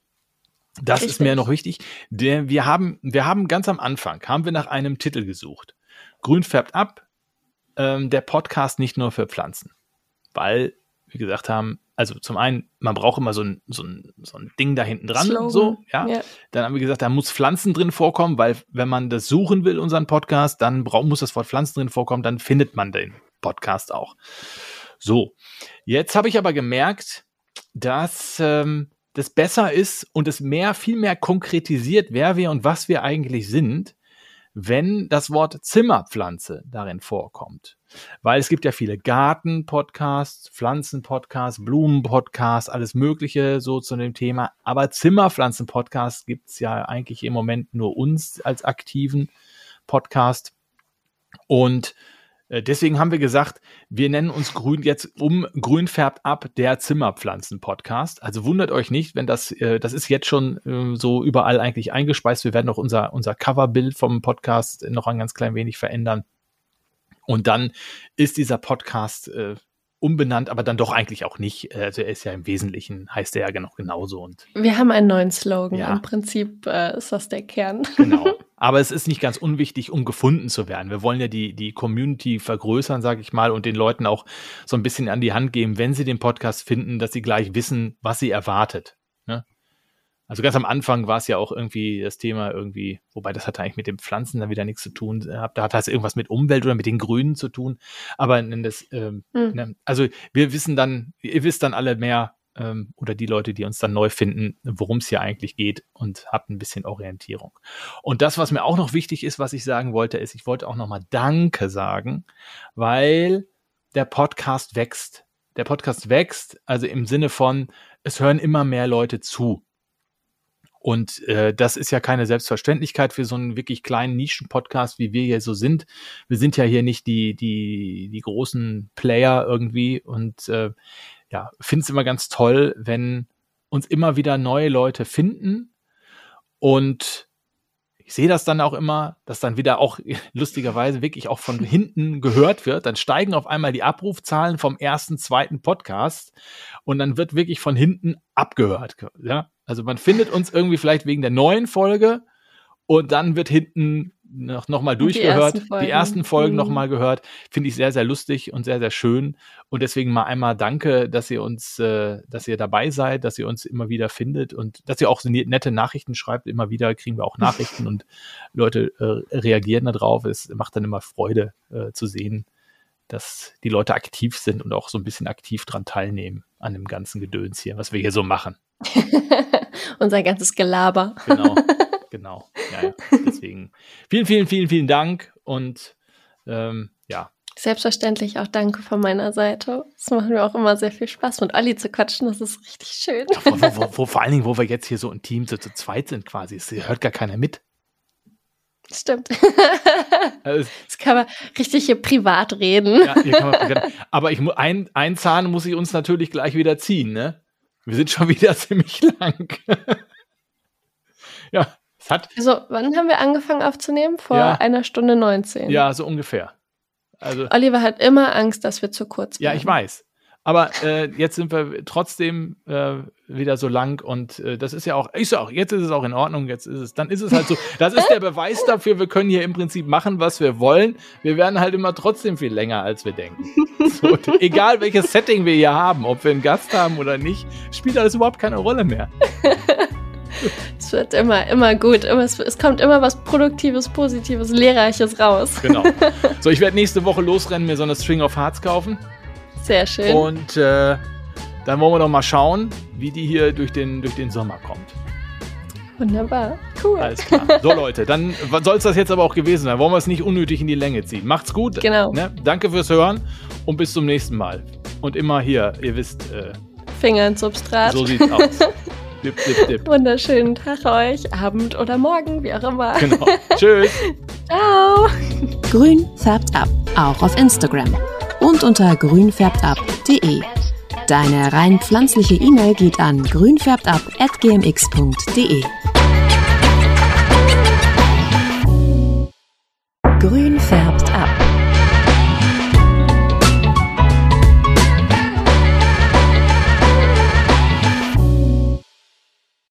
Das ist Richtig. mir noch wichtig. Der, wir, haben, wir haben ganz am Anfang, haben wir nach einem Titel gesucht. Grün färbt ab, ähm, der Podcast nicht nur für Pflanzen. Weil wir gesagt haben, also zum einen, man braucht immer so ein, so ein, so ein Ding da hinten dran. Slogan. So, ja. Ja. Dann haben wir gesagt, da muss Pflanzen drin vorkommen, weil wenn man das suchen will, unseren Podcast, dann brauch, muss das Wort Pflanzen drin vorkommen, dann findet man den Podcast auch. So, jetzt habe ich aber gemerkt, dass ähm, das besser ist und es mehr, viel mehr konkretisiert, wer wir und was wir eigentlich sind, wenn das Wort Zimmerpflanze darin vorkommt. Weil es gibt ja viele Garten-Podcasts, Pflanzen-Podcasts, Blumen-Podcasts, alles Mögliche so zu dem Thema. Aber Zimmerpflanzen-Podcasts gibt es ja eigentlich im Moment nur uns als aktiven Podcast. Und äh, deswegen haben wir gesagt, wir nennen uns grün jetzt um Grün färbt ab, der Zimmerpflanzen-Podcast. Also wundert euch nicht, wenn das, äh, das ist jetzt schon äh, so überall eigentlich eingespeist. Wir werden auch unser, unser Coverbild vom Podcast noch ein ganz klein wenig verändern. Und dann ist dieser Podcast äh, umbenannt, aber dann doch eigentlich auch nicht. Also er ist ja im Wesentlichen, heißt er ja noch genauso. Und wir haben einen neuen Slogan. Ja. Im Prinzip äh, ist das der Kern. Genau. Aber es ist nicht ganz unwichtig, um gefunden zu werden. Wir wollen ja die, die Community vergrößern, sage ich mal, und den Leuten auch so ein bisschen an die Hand geben, wenn sie den Podcast finden, dass sie gleich wissen, was sie erwartet. Ne? Also ganz am Anfang war es ja auch irgendwie das Thema irgendwie, wobei das hatte eigentlich mit den Pflanzen dann wieder nichts zu tun. Da hat das irgendwas mit Umwelt oder mit den Grünen zu tun. Aber das, ähm, hm. ne, also wir wissen dann, ihr wisst dann alle mehr ähm, oder die Leute, die uns dann neu finden, worum es hier eigentlich geht und habt ein bisschen Orientierung. Und das, was mir auch noch wichtig ist, was ich sagen wollte, ist, ich wollte auch nochmal Danke sagen, weil der Podcast wächst. Der Podcast wächst, also im Sinne von, es hören immer mehr Leute zu. Und äh, das ist ja keine Selbstverständlichkeit für so einen wirklich kleinen Nischen-Podcast, wie wir hier so sind. Wir sind ja hier nicht die die die großen Player irgendwie. Und äh, ja, finde es immer ganz toll, wenn uns immer wieder neue Leute finden. Und ich sehe das dann auch immer, dass dann wieder auch lustigerweise wirklich auch von hinten gehört wird. Dann steigen auf einmal die Abrufzahlen vom ersten, zweiten Podcast und dann wird wirklich von hinten abgehört. Ja? Also man findet uns irgendwie vielleicht wegen der neuen Folge und dann wird hinten noch, noch mal durchgehört, die ersten Folgen, die ersten Folgen mhm. noch mal gehört. Finde ich sehr, sehr lustig und sehr, sehr schön. Und deswegen mal einmal danke, dass ihr uns, äh, dass ihr dabei seid, dass ihr uns immer wieder findet und dass ihr auch so nette Nachrichten schreibt. Immer wieder kriegen wir auch Nachrichten und Leute äh, reagieren darauf. Es macht dann immer Freude äh, zu sehen, dass die Leute aktiv sind und auch so ein bisschen aktiv dran teilnehmen an dem ganzen Gedöns hier, was wir hier so machen. Unser ganzes Gelaber. Genau, genau. Ja, ja. Deswegen vielen, vielen, vielen, vielen Dank und ähm, ja. Selbstverständlich auch danke von meiner Seite. Es macht mir auch immer sehr viel Spaß, mit Olli zu quatschen. Das ist richtig schön. Ja, wo, wo, wo, wo, vor allen Dingen, wo wir jetzt hier so intim so zu zweit sind quasi. Es hört gar keiner mit. Stimmt. Also, das kann man richtig hier privat reden. Ja, hier kann man, aber ich, ein, ein Zahn muss ich uns natürlich gleich wieder ziehen, ne? Wir sind schon wieder ziemlich lang. Ja, es hat. Also, wann haben wir angefangen aufzunehmen? Vor ja, einer Stunde neunzehn. Ja, so ungefähr. Also, Oliver hat immer Angst, dass wir zu kurz werden. Ja, ich weiß. Aber äh, jetzt sind wir trotzdem äh, wieder so lang und äh, das ist ja auch, ist ja auch, jetzt ist es auch in Ordnung, jetzt ist es, dann ist es halt so, das ist der Beweis dafür, wir können hier im Prinzip machen, was wir wollen. Wir werden halt immer trotzdem viel länger, als wir denken. So, egal welches Setting wir hier haben, ob wir einen Gast haben oder nicht, spielt alles überhaupt keine Rolle mehr. Es wird immer, immer gut. Immer, es, es kommt immer was Produktives, Positives, Lehrreiches raus. Genau. So, ich werde nächste Woche losrennen, mir so eine String of Hearts kaufen. Sehr schön. Und äh, dann wollen wir doch mal schauen, wie die hier durch den, durch den Sommer kommt. Wunderbar. Cool. Alles klar. So, Leute, dann soll es das jetzt aber auch gewesen sein. Wollen wir es nicht unnötig in die Länge ziehen. Macht's gut. Genau. Ne? Danke fürs Hören und bis zum nächsten Mal. Und immer hier, ihr wisst. Äh, Finger ins Substrat. So sieht's aus. Dip, dip, dip. Wunderschönen Tag euch, Abend oder Morgen, wie auch immer. Genau. Tschüss. Ciao. Grün färbt ab, auch auf Instagram. Und unter grünfärbtab punkt de. Deine rein pflanzliche E-Mail geht an grünfärbtab at gmx punkt de. Grün